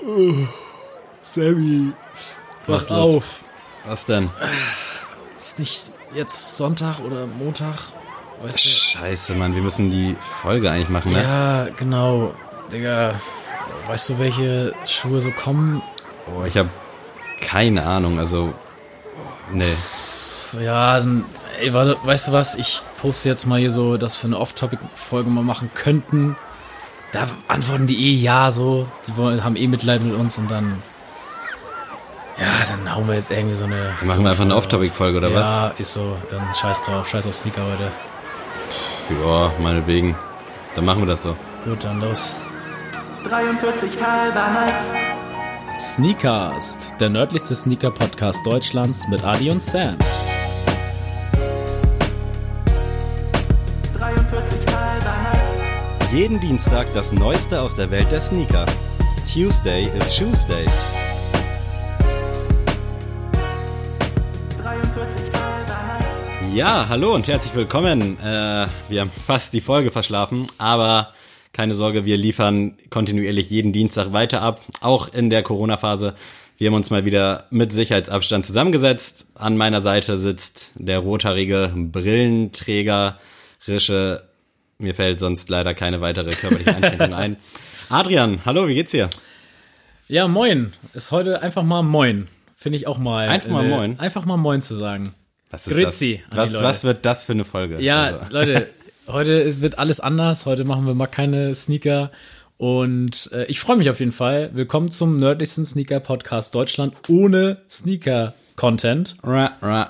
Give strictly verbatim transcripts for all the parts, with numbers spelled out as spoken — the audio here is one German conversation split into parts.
Sammy, wach auf. Was denn? Ist nicht jetzt Sonntag oder Montag? Weißt du? Scheiße, Mann, wir müssen die Folge eigentlich machen, ne? Ja, genau. Digga, weißt du, welche Schuhe so kommen? Oh, ich habe keine Ahnung, also, nee. Ja, dann, ey, warte, weißt du was? Ich poste jetzt mal hier so, dass wir eine Off-Topic-Folge mal machen könnten. Da antworten die eh ja so. Die wollen, haben eh Mitleid mit uns und dann... Ja, dann hauen wir jetzt irgendwie so eine... Dann machen so wir einfach eine Folge Off-Topic-Folge, oder ja, was? Ja, ist so. Dann scheiß drauf. Scheiß auf Sneaker heute. Ja, meinetwegen. Dann machen wir das so. Gut, dann los. dreiundvierzig halber Nights. Sneakcast, der nördlichste Sneaker-Podcast Deutschlands mit Adi und Sam. dreiundvierzig halber Nights. Jeden Dienstag das Neueste aus der Welt der Sneaker. Tuesday is Shoesday. dreiundvierzig halber Nights. Ja, hallo und herzlich willkommen. Äh, wir haben fast die Folge verschlafen, aber keine Sorge, wir liefern kontinuierlich jeden Dienstag weiter ab, auch in der Corona-Phase. Wir haben uns mal wieder mit Sicherheitsabstand zusammengesetzt. An meiner Seite sitzt der rothaarige Brillenträgerische, mir fällt sonst leider keine weitere körperliche Einschränkung ein. Adrian, hallo, wie geht's dir? Ja, moin. Ist heute einfach mal moin. Finde ich auch mal. Einfach mal äh, moin? Einfach mal moin zu sagen. Was ist Grüezi das? an die Was, Leute. was wird das für eine Folge? Ja, Also. Leute, heute wird alles anders. Heute machen wir mal keine Sneaker. Und äh, ich freue mich auf jeden Fall. Willkommen zum nördlichsten Sneaker-Podcast Deutschland ohne Sneaker-Content. Ra, ra,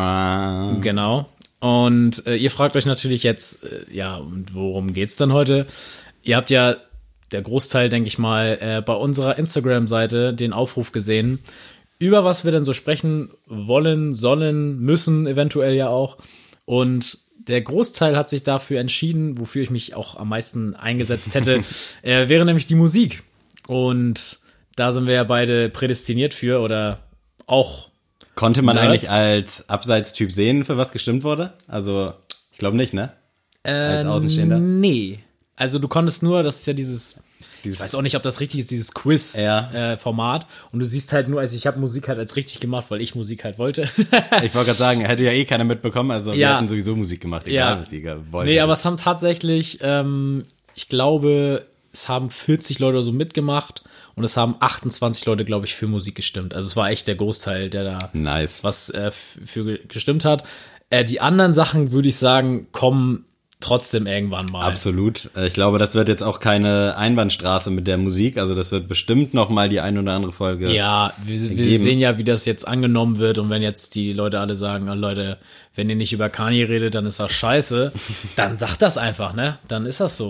ra. Genau. Und äh, ihr fragt euch natürlich jetzt, äh, ja, und worum geht's dann heute? Ihr habt ja, der Großteil, denke ich mal, äh, bei unserer Instagram-Seite den Aufruf gesehen, über was wir denn so sprechen wollen, sollen, müssen, eventuell ja auch. Und der Großteil hat sich dafür entschieden, wofür ich mich auch am meisten eingesetzt hätte, äh, wäre nämlich die Musik. Und da sind wir ja beide prädestiniert für oder auch Konnte man Nerds. eigentlich als Abseitstyp sehen, für was gestimmt wurde? Also, ich glaube nicht, ne? Als Außenstehender? Nee. Also du konntest nur, das ist ja dieses, Dieses- ich weiß auch nicht, ob das richtig ist, dieses Ja. Quiz-Format. Und du siehst halt nur, also ich habe Musik halt als richtig gemacht, weil ich Musik halt wollte. Ich wollte gerade sagen, hätte ja eh keiner mitbekommen, also wir Ja. hatten sowieso Musik gemacht, egal Ja. was ihr wollt. Nee, aber es haben tatsächlich, ähm, ich glaube, es haben vierzig Leute oder so mitgemacht und es haben achtundzwanzig Leute, glaube ich, für Musik gestimmt. Also es war echt der Großteil, der da Nice. was äh, f- für ge- gestimmt hat. Äh, die anderen Sachen, würde ich sagen, kommen trotzdem irgendwann mal. Absolut. Ich glaube, das wird jetzt auch keine Einbahnstraße mit der Musik, also das wird bestimmt noch mal die ein oder andere Folge. Ja, wir, wir geben. sehen ja, wie das jetzt angenommen wird und wenn jetzt die Leute alle sagen, oh Leute, wenn ihr nicht über Kanye redet, dann ist das scheiße, dann sagt das einfach, ne? Dann ist das so.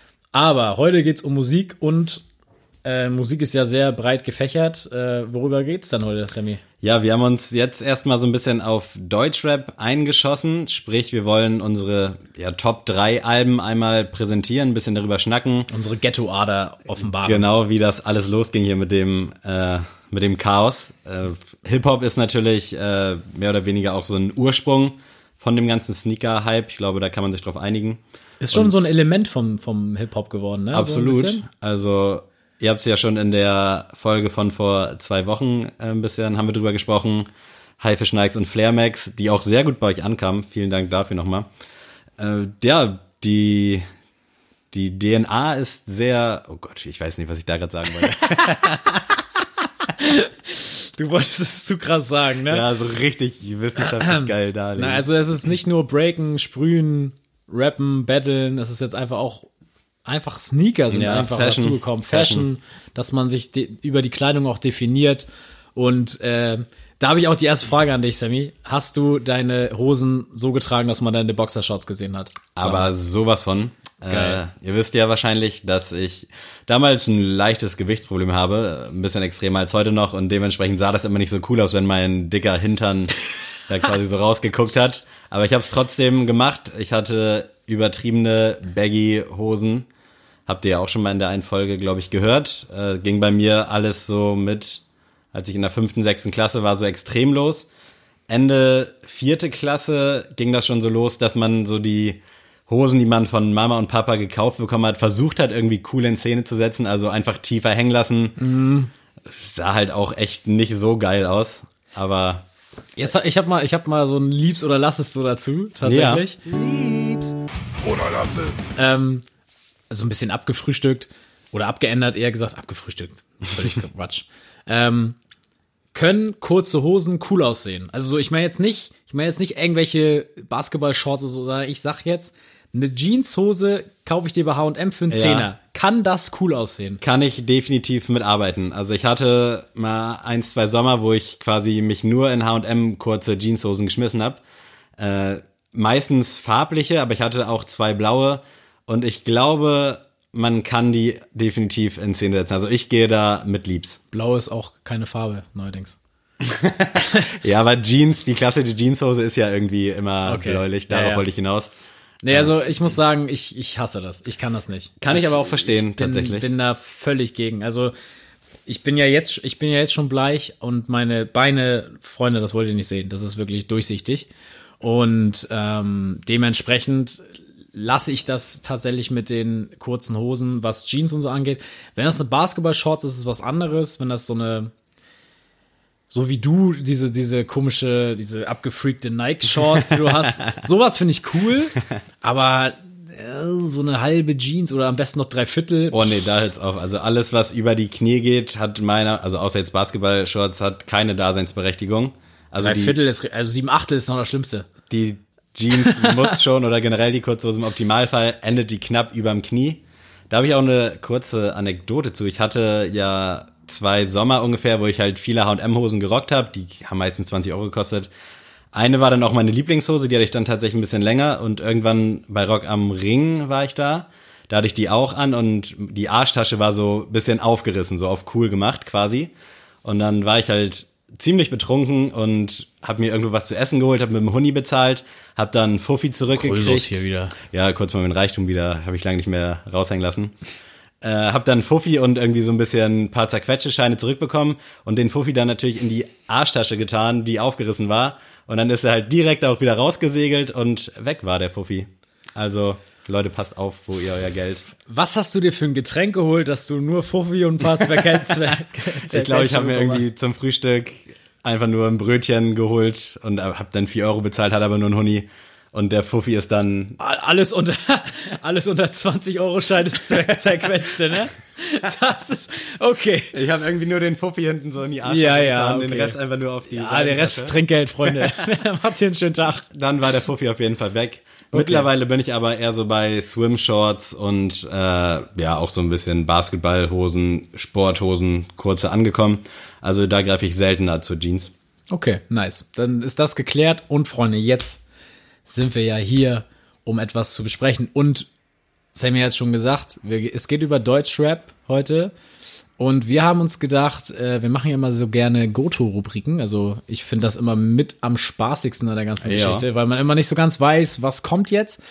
Aber heute geht's um Musik und äh, Musik ist ja sehr breit gefächert. Äh, worüber geht's dann heute, Sammy? Ja, wir haben uns jetzt erstmal so ein bisschen auf Deutschrap eingeschossen, sprich, wir wollen unsere ja, Top drei Alben einmal präsentieren, ein bisschen darüber schnacken. Unsere Ghetto-Ader offenbaren. Genau, wie das alles losging hier mit dem äh, mit dem Chaos. Äh, Hip-Hop ist natürlich äh, mehr oder weniger auch so ein Ursprung von dem ganzen Sneaker-Hype. Ich glaube, da kann man sich drauf einigen. Ist schon so ein Element vom, vom Hip-Hop geworden, ne? So ein Absolut. bisschen. Also ihr habt es ja schon in der Folge von vor zwei Wochen äh, ein bisschen, haben wir drüber gesprochen. Haifisch Nikes und Flair Max, die auch sehr gut bei euch ankamen. Vielen Dank dafür nochmal. Äh, ja, die die D N A ist sehr, oh Gott, ich weiß nicht, was ich da gerade sagen wollte. Du wolltest es zu krass sagen, ne? Ja, so richtig wissenschaftlich geil darlegen. Na, also es ist nicht nur Breaken, Sprühen, Rappen, Battlen, es ist jetzt einfach auch einfach Sneaker sind Ja, einfach Fashion. dazugekommen. Fashion, dass man sich de- über die Kleidung auch definiert. Und äh, da habe ich auch die erste Frage an dich, Sammy. Hast du deine Hosen so getragen, dass man deine Boxershorts gesehen hat? Aber sowas von. Geil. Äh, ihr wisst ja wahrscheinlich, dass ich damals ein leichtes Gewichtsproblem habe, ein bisschen extremer als heute noch und dementsprechend sah das immer nicht so cool aus, wenn mein dicker Hintern da quasi so rausgeguckt hat. Aber ich habe es trotzdem gemacht. Ich hatte übertriebene Baggy-Hosen. Habt ihr ja auch schon mal in der einen Folge, glaube ich, gehört. Äh, ging bei mir alles so mit, als ich in der fünften, sechsten Klasse war, so extrem los. Ende vierte Klasse ging das schon so los, dass man so die Hosen, die man von Mama und Papa gekauft bekommen hat, versucht hat, irgendwie cool in Szene zu setzen, also einfach tiefer hängen lassen. Mhm. Sah halt auch echt nicht so geil aus, aber jetzt ich habe mal ich habe mal so ein Liebs oder lass es so dazu tatsächlich. Ja. Liebs oder lass es. Ähm, so ein bisschen abgefrühstückt oder abgeändert, eher gesagt abgefrühstückt. Völlig Quatsch. ähm, können kurze Hosen cool aussehen. Also so, ich meine jetzt nicht, ich meine jetzt nicht irgendwelche Basketball-Shorts oder so, sondern ich sag jetzt, eine Jeanshose kaufe ich dir bei H und M für einen Zehner. Ja. Kann das cool aussehen? Kann ich definitiv mitarbeiten. Also ich hatte mal ein, zwei Sommer, wo ich quasi mich nur in H und M kurze Jeanshosen geschmissen habe. Äh, meistens farbliche, aber ich hatte auch zwei blaue. Und ich glaube, man kann die definitiv in Szene setzen. Also ich gehe da mit Liebs. Blau ist auch keine Farbe, neuerdings. Ja, aber Jeans, die klassische Jeanshose ist ja irgendwie immer Okay. bläulich. Darauf Ja, ja. wollte ich hinaus. Nee, also ich muss sagen, ich, ich hasse das. Ich kann das nicht. Kann ich aber auch verstehen, ich bin, tatsächlich. bin da völlig gegen. Also ich bin ja jetzt, ich bin ja jetzt schon bleich und meine Beine, Freunde, das wollt ihr nicht sehen. Das ist wirklich durchsichtig. Und ähm, dementsprechend lasse ich das tatsächlich mit den kurzen Hosen, was Jeans und so angeht. Wenn das eine Basketball-Shorts ist, ist es was anderes. Wenn das so eine, so wie du, diese, diese komische, diese abgefreakte Nike-Shorts, die du hast, sowas finde ich cool. Aber äh, so eine halbe Jeans oder am besten noch drei Viertel. Oh nee, da hört's auf. Also alles, was über die Knie geht, hat meiner, also außer jetzt Basketball-Shorts, hat keine Daseinsberechtigung. Also Drei die, Viertel ist, also sieben Achtel ist noch das Schlimmste. die Jeans muss schon oder generell die Kurzhose im Optimalfall endet die knapp überm Knie. Da habe ich auch eine kurze Anekdote zu. Ich hatte ja zwei Sommer ungefähr, wo ich halt viele H und M-Hosen gerockt habe. Die haben meistens zwanzig Euro gekostet. Eine war dann auch meine Lieblingshose, die hatte ich dann tatsächlich ein bisschen länger. Und irgendwann bei Rock am Ring war ich da. Da hatte ich die auch an und die Arschtasche war so ein bisschen aufgerissen, so auf cool gemacht quasi. Und dann war ich halt ziemlich betrunken und habe mir irgendwo was zu essen geholt, habe mit dem Huni bezahlt, habe dann Fuffi zurückgekriegt. Krösus hier wieder. Ja, kurz mal mit Reichtum wieder, habe ich lange nicht mehr raushängen lassen. Äh, hab dann Fuffi und irgendwie so ein bisschen ein paar Zerquetschescheine zurückbekommen und den Fuffi dann natürlich in die Arschtasche getan, die aufgerissen war. Und dann ist er halt direkt auch wieder rausgesegelt und weg war der Fuffi. Also, Leute, passt auf, wo ihr euer Geld... Was hast du dir für ein Getränk geholt, dass du nur Fuffi und ein paar Zwerg... Ich glaube, ich habe mir irgendwie zum Frühstück einfach nur ein Brötchen geholt und habe dann vier Euro bezahlt, hat aber nur ein Huni. Und der Fuffi ist dann... Alles unter, alles unter zwanzig Euro Schein ist zer- zerquetscht, ne? Das ist, okay. Ich habe irgendwie nur den Fuffi hinten so in die Arschtasche Ja, ja, getan, okay. den Rest einfach nur auf die Ah, der Rest ist Seitentasche. Trinkgeld, Freunde. Macht hier einen schönen Tag. Dann war der Fuffi auf jeden Fall weg. Mittlerweile bin ich aber eher so bei Swim-Shorts und äh, ja auch so ein bisschen Basketballhosen, Sporthosen, kurze angekommen. Also da greife ich seltener zur Jeans. Okay, nice. Dann ist das geklärt. Und Freunde, jetzt sind wir ja hier, um etwas zu besprechen. Und Sammy hat schon gesagt, wir, es geht über Deutschrap heute. Und wir haben uns gedacht, äh, wir machen ja immer so gerne Goto-Rubriken. Also ich finde das immer mit am spaßigsten an der ganzen Ja. Geschichte, weil man immer nicht so ganz weiß, was kommt jetzt.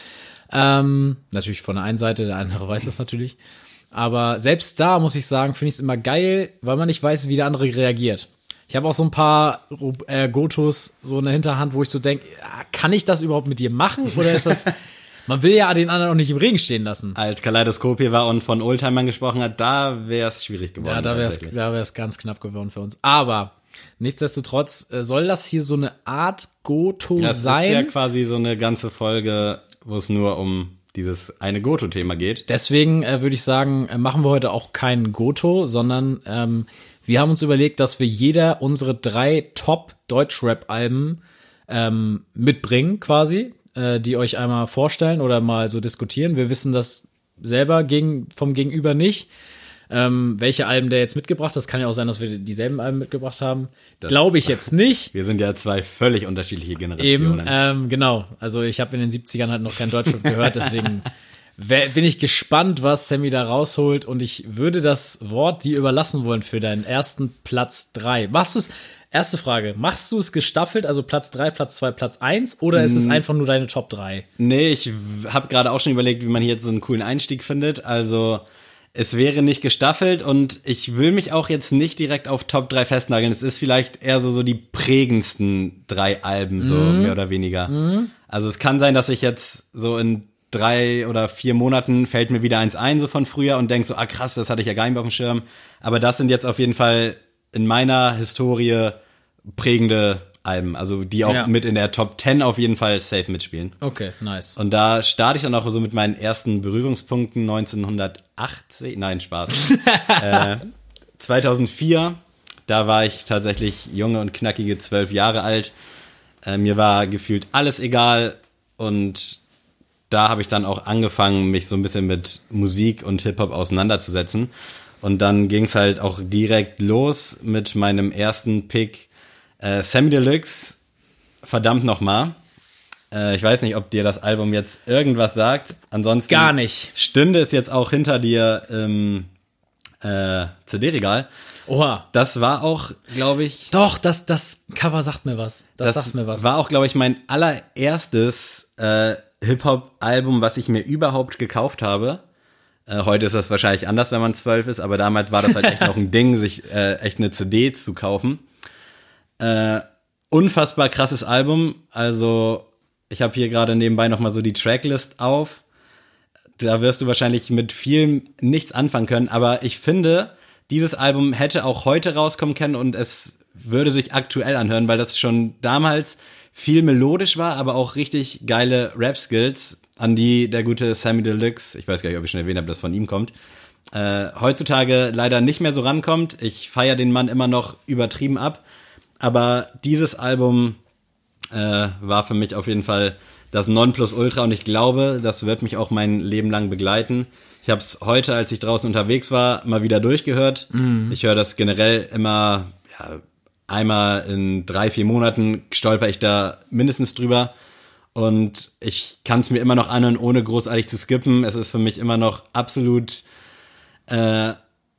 Ähm, natürlich von der einen Seite, der andere weiß das natürlich. Aber selbst da, muss ich sagen, finde ich es immer geil, weil man nicht weiß, wie der andere reagiert. Ich habe auch so ein paar äh, Gotos so in der Hinterhand, wo ich so denke, kann ich das überhaupt mit dir machen? Oder ist das... Man will ja den anderen auch nicht im Regen stehen lassen. Als Kaleidoskop hier war und von Oldtimern gesprochen hat, da wäre es schwierig geworden. Ja, da wäre es tatsächlich. da wär's ganz knapp geworden für uns. Aber nichtsdestotrotz äh, soll das hier so eine Art Goto Das sein. ist ja quasi so eine ganze Folge, wo es nur um dieses eine Goto-Thema geht. Deswegen äh, würde ich sagen, äh, machen wir heute auch kein Goto, sondern ähm, wir haben uns überlegt, dass wir jeder unsere drei Top-Deutschrap-Alben ähm, mitbringen quasi, äh, die euch einmal vorstellen oder mal so diskutieren. Wir wissen das selber gegen, vom Gegenüber nicht, ähm, welche Alben der jetzt mitgebracht hat. Das kann ja auch sein, dass wir dieselben Alben mitgebracht haben. Glaube ich jetzt nicht. Wir sind ja zwei völlig unterschiedliche Generationen. Eben, ähm, genau. Also ich habe in den siebzigern halt noch kein Deutschrap gehört, deswegen wär, bin ich gespannt, was Sammy da rausholt und ich würde das Wort dir überlassen wollen für deinen ersten Platz drei. Machst du es, erste Frage, machst du es gestaffelt, also Platz drei, Platz zwei, Platz eins oder ist es einfach nur deine Top drei? Nee, ich habe gerade auch schon überlegt, wie man hier jetzt so einen coolen Einstieg findet. Also es wäre nicht gestaffelt und ich will mich auch jetzt nicht direkt auf Top drei festnageln. Es ist vielleicht eher so, so die prägendsten drei Alben, so Mhm. mehr oder weniger. Also es kann sein, dass ich jetzt so in drei oder vier Monaten fällt mir wieder eins ein, so von früher und denk so, ah krass, das hatte ich ja gar nicht mehr auf dem Schirm. Aber das sind jetzt auf jeden Fall in meiner Historie prägende Alben, also die auch Ja. mit in der Top zehn auf jeden Fall safe mitspielen. Okay, nice. Und da starte ich dann auch so mit meinen ersten Berührungspunkten neunzehnhundertachtzig, nein, Spaß. äh, zweitausendvier, da war ich tatsächlich junge und knackige zwölf Jahre alt. Äh, mir war gefühlt alles egal und da habe ich dann auch angefangen, mich so ein bisschen mit Musik und Hip-Hop auseinanderzusetzen. Und dann ging es halt auch direkt los mit meinem ersten Pick, äh, Samy Deluxe, verdammt nochmal. Äh, ich weiß nicht, ob dir das Album jetzt irgendwas sagt. Ansonsten Gar nicht. stünde es jetzt auch hinter dir im äh, C D-Regal. Oha. Das war auch, glaube ich, Doch, das, das Cover sagt mir was. Das, das sagt mir was. war auch, glaube ich, mein allererstes äh, Hip-Hop-Album, was ich mir überhaupt gekauft habe. Äh, heute ist das wahrscheinlich anders, wenn man zwölf ist, aber damals war das halt echt noch ein Ding, sich äh, echt eine C D zu kaufen. Äh, unfassbar krasses Album. Also ich habe hier gerade nebenbei nochmal so die Tracklist auf. Da wirst du wahrscheinlich mit viel nichts anfangen können, aber ich finde, dieses Album hätte auch heute rauskommen können und es würde sich aktuell anhören, weil das schon damals viel melodisch war, aber auch richtig geile Rap-Skills, an die der gute Samy Deluxe, ich weiß gar nicht, ob ich schon erwähnt habe, dass von ihm kommt, äh, heutzutage leider nicht mehr so rankommt. Ich feiere den Mann immer noch übertrieben ab, aber dieses Album äh, war für mich auf jeden Fall das Nonplusultra und ich glaube, das wird mich auch mein Leben lang begleiten. Ich habe es heute, als ich draußen unterwegs war, mal wieder durchgehört. Mhm. Ich höre das generell immer, ja, einmal in drei, vier Monaten stolper ich da mindestens drüber. Und ich kann es mir immer noch anhören, ohne großartig zu skippen. Es ist für mich immer noch absolut äh,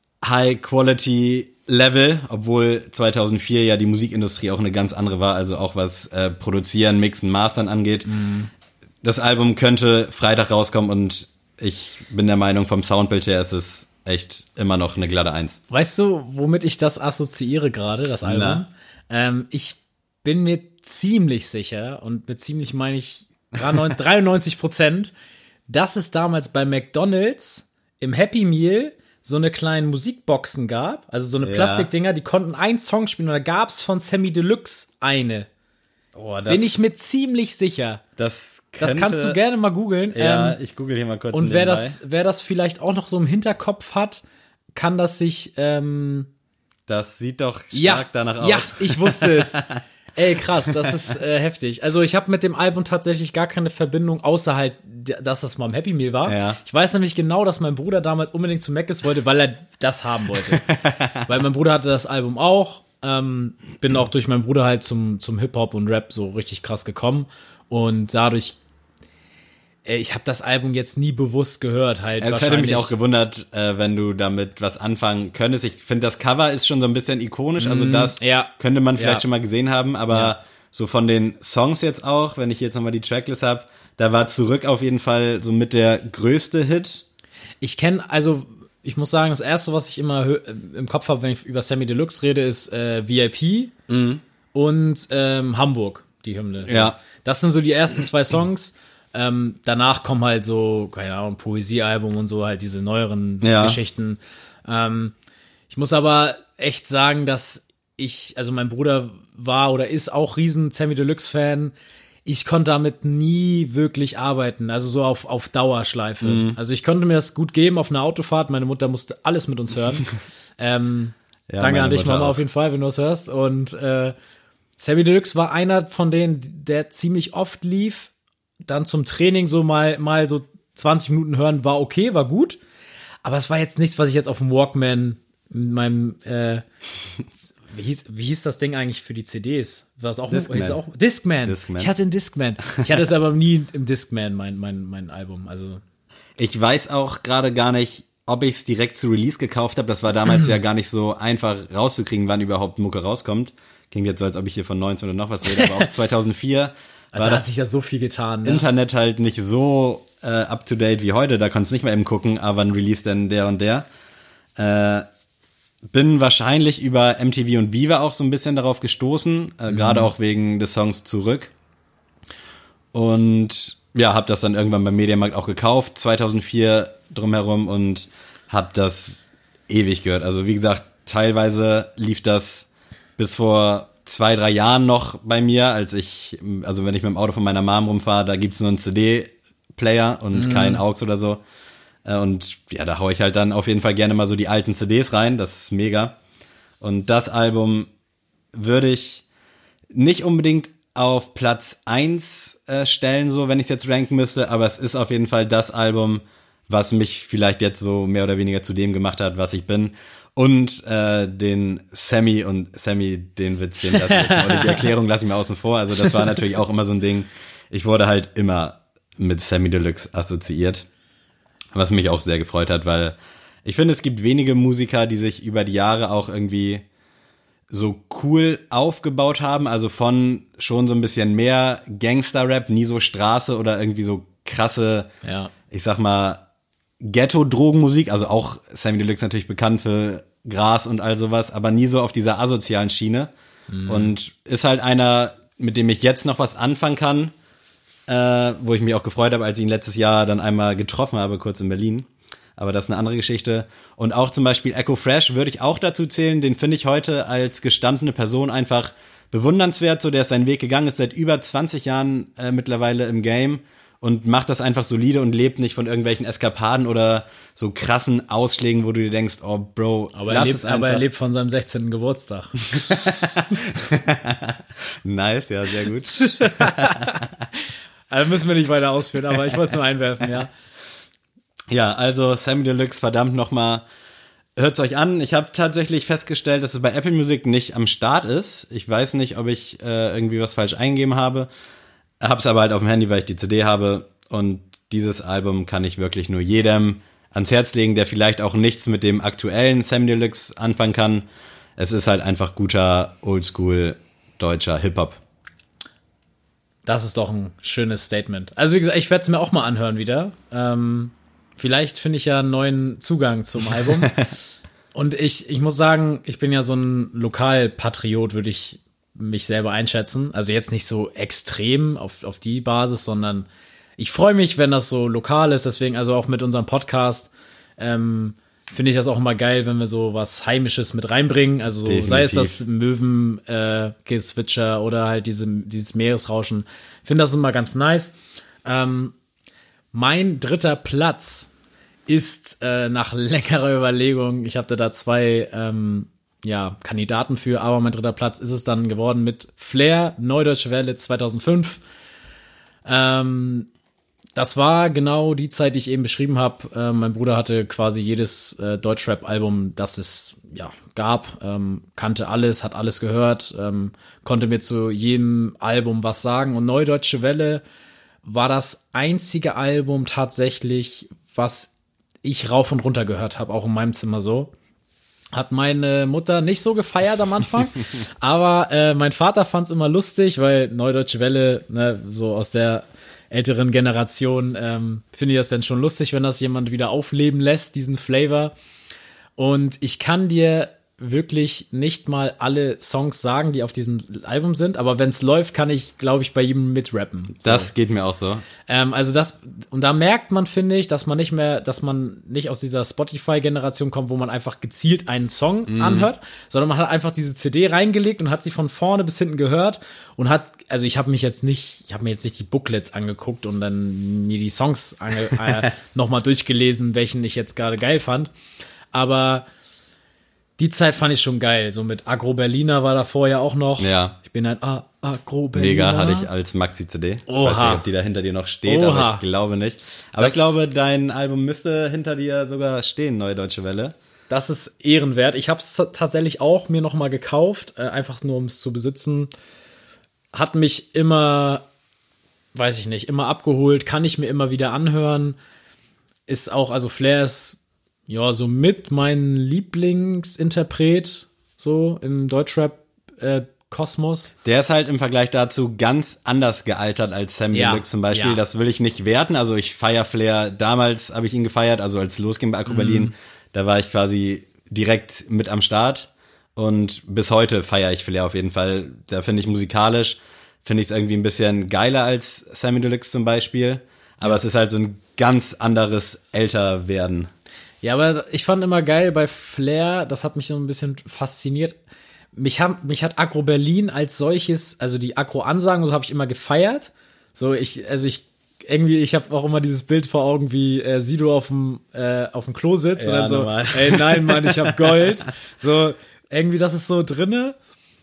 High-Quality-Level, obwohl zweitausendvier ja die Musikindustrie auch eine ganz andere war, also auch was äh, Produzieren, Mixen, Mastern angeht. Mhm. Das Album könnte Freitag rauskommen und ich bin der Meinung, vom Soundbild her ist es echt immer noch eine glatte Eins. Weißt du, womit ich das assoziiere gerade, das Album? Ähm, ich bin mir ziemlich sicher, und mit ziemlich meine ich dreiundneunzig Prozent, dass es damals bei McDonald's im Happy Meal so eine kleine Musikboxen gab, also so eine Ja. Plastikdinger, die konnten einen Song spielen und da gab es von Samy Deluxe eine. Oh, das, Bin ich mir ziemlich sicher. Das, Das könnte, kannst du gerne mal googeln. Ja, Ähm, ich google hier mal kurz. und wer nebenbei. das, wer das vielleicht auch noch so im Hinterkopf hat, kann das sich ähm, Das sieht doch stark ja, danach aus. Ja, ich wusste es. Ey, krass, das ist äh, heftig. Also ich habe mit dem Album tatsächlich gar keine Verbindung, außer halt, dass das mal im Happy Meal war. Ja. Ich weiß nämlich genau, dass mein Bruder damals unbedingt zu Mc's wollte, weil er das haben wollte. Weil mein Bruder hatte das Album auch. Ähm, bin auch durch meinen Bruder halt zum, zum Hip-Hop und Rap so richtig krass gekommen. Und dadurch, äh, ich habe das Album jetzt nie bewusst gehört. Halt Es hätte mich auch gewundert, äh, wenn du damit was anfangen könntest. Ich finde, das Cover ist schon so ein bisschen ikonisch, also das ja. könnte man vielleicht Ja. schon mal gesehen haben, aber Ja. so von den Songs jetzt auch, wenn ich jetzt nochmal die Tracklist habe, da war Zurück auf jeden Fall so mit der größte Hit. Ich kenne, also ich muss sagen, das Erste, was ich immer hö- im Kopf habe, wenn ich über Samy Deluxe rede, ist äh, V I P und ähm, Hamburg, die Hymne. Ja. Das sind so die ersten zwei Songs. Ähm, danach kommen halt so, keine Ahnung, Poesiealbum und so, halt diese neueren Ja. Geschichten. Ähm, ich muss aber echt sagen, dass ich, also mein Bruder war oder ist auch riesen Samy Deluxe-Fan. Ich konnte damit nie wirklich arbeiten, also so auf, auf Dauerschleife. Mhm. Also ich konnte mir das gut geben auf einer Autofahrt. Meine Mutter musste alles mit uns hören. ähm, Ja, danke meine an dich, Mutter Mama, auch. auf jeden Fall, wenn du es hörst. Und äh, Samy Deluxe war einer von denen, der ziemlich oft lief. Dann zum Training so mal, mal so zwanzig Minuten hören, war okay, war gut. Aber es war jetzt nichts, was ich jetzt auf dem Walkman mit meinem, äh, wie hieß, wie hieß das Ding eigentlich für die C Ds? War es auch, Discman. hieß es auch Discman. Discman. Ich hatte einen Discman. Ich hatte es aber nie im Discman, mein, mein, mein Album. Also, Ich weiß auch gerade gar nicht, ob ich es direkt zu Release gekauft habe. Das war damals ja gar nicht so einfach rauszukriegen, wann überhaupt Mucke rauskommt. Klingt jetzt so, als ob ich hier von neunzehn oder noch was rede, aber auch zweitausendvier da war hat das sich ja so viel getan. Ne? Internet halt nicht so äh, up-to-date wie heute. Da konntest du nicht mehr eben gucken, ah, wann release denn der und der. Äh, bin wahrscheinlich über M T V und Viva auch so ein bisschen darauf gestoßen, äh, gerade auch wegen des Songs Zurück. Und ja, hab das dann irgendwann beim Mediamarkt auch gekauft, zweitausendvier drumherum, und hab das ewig gehört. Also wie gesagt, teilweise lief das bis vor zwei, drei Jahren noch bei mir, als ich, also wenn ich mit dem Auto von meiner Mom rumfahre, da gibt's nur einen C D-Player und mhm. kein A U X oder so. Und ja, da hau ich halt dann auf jeden Fall gerne mal so die alten C Ds rein, das ist mega. Und das Album würde ich nicht unbedingt auf Platz eins äh, stellen, so wenn ich es jetzt ranken müsste, aber es ist auf jeden Fall das Album, was mich vielleicht jetzt so mehr oder weniger zu dem gemacht hat, was ich bin. Und äh, den Sammy und Sammy, den Witz, den lasse ich mal, oder die Erklärung lasse ich mal außen vor. Also das war natürlich auch immer so ein Ding. Ich wurde halt immer mit Sammy Deluxe assoziiert, was mich auch sehr gefreut hat, weil ich finde, es gibt wenige Musiker, die sich über die Jahre auch irgendwie so cool aufgebaut haben. Also von schon so ein bisschen mehr Gangster-Rap, nie so Straße oder irgendwie so krasse, ja. ich sag mal, Ghetto-Drogenmusik, also auch Sammy Deluxe natürlich bekannt für Gras und all sowas, aber nie so auf dieser asozialen Schiene. Mhm. Und ist halt einer, mit dem ich jetzt noch was anfangen kann, äh, wo ich mich auch gefreut habe, als ich ihn letztes Jahr dann einmal getroffen habe, kurz in Berlin. Aber das ist eine andere Geschichte. Und auch zum Beispiel Echo Fresh würde ich auch dazu zählen, den finde ich heute als gestandene Person einfach bewundernswert, so der ist seinen Weg gegangen, ist seit über zwanzig Jahren äh, mittlerweile im Game und macht das einfach solide und lebt nicht von irgendwelchen Eskapaden oder so krassen Ausschlägen, wo du dir denkst, oh Bro, aber lass er lebt, es einfach. Aber er lebt von seinem sechzehnten Geburtstag. Nice, ja, sehr gut. Also müssen wir nicht weiter ausführen, aber ich wollte es nur einwerfen, ja. Ja, also Sammy Deluxe, verdammt nochmal, hört's euch an. Ich habe tatsächlich festgestellt, dass es bei Apple Music nicht am Start ist. Ich weiß nicht, ob ich äh, irgendwie was falsch eingegeben habe. Hab's aber halt auf dem Handy, weil ich die C D habe. Und dieses Album kann ich wirklich nur jedem ans Herz legen, der vielleicht auch nichts mit dem aktuellen Sammy Deluxe anfangen kann. Es ist halt einfach guter, oldschool deutscher Hip-Hop. Das ist doch ein schönes Statement. Also wie gesagt, ich werde es mir auch mal anhören wieder. Ähm, vielleicht finde ich ja einen neuen Zugang zum Album. Und ich, ich muss sagen, ich bin ja so ein Lokalpatriot, würde ich mich selber einschätzen. Also jetzt nicht so extrem auf, auf die Basis, sondern ich freue mich, wenn das so lokal ist. Deswegen also auch mit unserem Podcast ähm, finde ich das auch immer geil, wenn wir so was Heimisches mit reinbringen. Also so, sei es das Möwen, äh, Gezwitscher oder halt diese, dieses Meeresrauschen. Finde das immer ganz nice. Ähm, mein dritter Platz ist äh, nach längerer Überlegung, ich hatte da zwei ähm, ja, Kandidaten für, aber mein dritter Platz ist es dann geworden mit Flair, Neudeutsche Welle zweitausendfünf. Ähm, das war genau die Zeit, die ich eben beschrieben habe. Äh, mein Bruder hatte quasi jedes äh, Deutschrap-Album, das es ja gab, ähm, kannte alles, hat alles gehört, ähm, konnte mir zu jedem Album was sagen. Und Neudeutsche Welle war das einzige Album tatsächlich, was ich rauf und runter gehört habe, auch in meinem Zimmer so. Hat meine Mutter nicht so gefeiert am Anfang, aber äh, mein Vater fand es immer lustig, weil Neudeutsche Welle, ne, so aus der älteren Generation, ähm, finde ich das dann schon lustig, wenn das jemand wieder aufleben lässt, diesen Flavor. Und ich kann dir wirklich nicht mal alle Songs sagen, die auf diesem Album sind, aber wenn es läuft, kann ich, glaube ich, bei jedem mitrappen. So. Das geht mir auch so. Ähm, also das, und da merkt man, finde ich, dass man nicht mehr, dass man nicht aus dieser Spotify-Generation kommt, wo man einfach gezielt einen Song mm. anhört, sondern man hat einfach diese C D reingelegt und hat sie von vorne bis hinten gehört und hat, also ich habe mich jetzt nicht, ich habe mir jetzt nicht die Booklets angeguckt und dann mir die Songs ange, äh, nochmal durchgelesen, welchen ich jetzt gerade geil fand, aber die Zeit fand ich schon geil. So mit Agro Berliner war davor ja auch noch. Ja. Ich bin ein A Agro Berliner. Mega, hatte ich als Maxi-C D. Oha. Ich weiß nicht, ob die da hinter dir noch steht, Oha. aber ich glaube nicht. Aber Das- ich glaube, dein Album müsste hinter dir sogar stehen, Neue Deutsche Welle. Das ist ehrenwert. Ich habe es tatsächlich auch mir noch mal gekauft, äh, einfach nur um es zu besitzen. Hat mich immer, weiß ich nicht, immer abgeholt, kann ich mir immer wieder anhören. Ist auch, also Flair ist ja so mit mein Lieblingsinterpret so im Deutschrap-Kosmos. Der ist halt im Vergleich dazu ganz anders gealtert als Sammy Ja, Deluxe zum Beispiel. ja. Das will ich nicht werten. Also ich feier Flair. Damals habe ich ihn gefeiert, also als es losging bei Agro Berlin. Da war ich quasi direkt mit am Start. Und bis heute feiere ich Flair auf jeden Fall. Da finde ich musikalisch finde ich es irgendwie ein bisschen geiler als Sammy Deluxe zum Beispiel. Aber es ist halt so ein ganz anderes Älterwerden. Ja, aber ich fand immer geil bei Flair, das hat mich so ein bisschen fasziniert. Mich, haben, mich hat Agro Berlin als solches, also die Agro-Ansagen, so habe ich immer gefeiert. So, ich, also ich, irgendwie, ich habe auch immer dieses Bild vor Augen, wie äh, Sido auf dem äh, auf dem Klo sitzt Ja, und dann so, normal. ey, nein, Mann, ich hab Gold. So, irgendwie, das ist so drinne.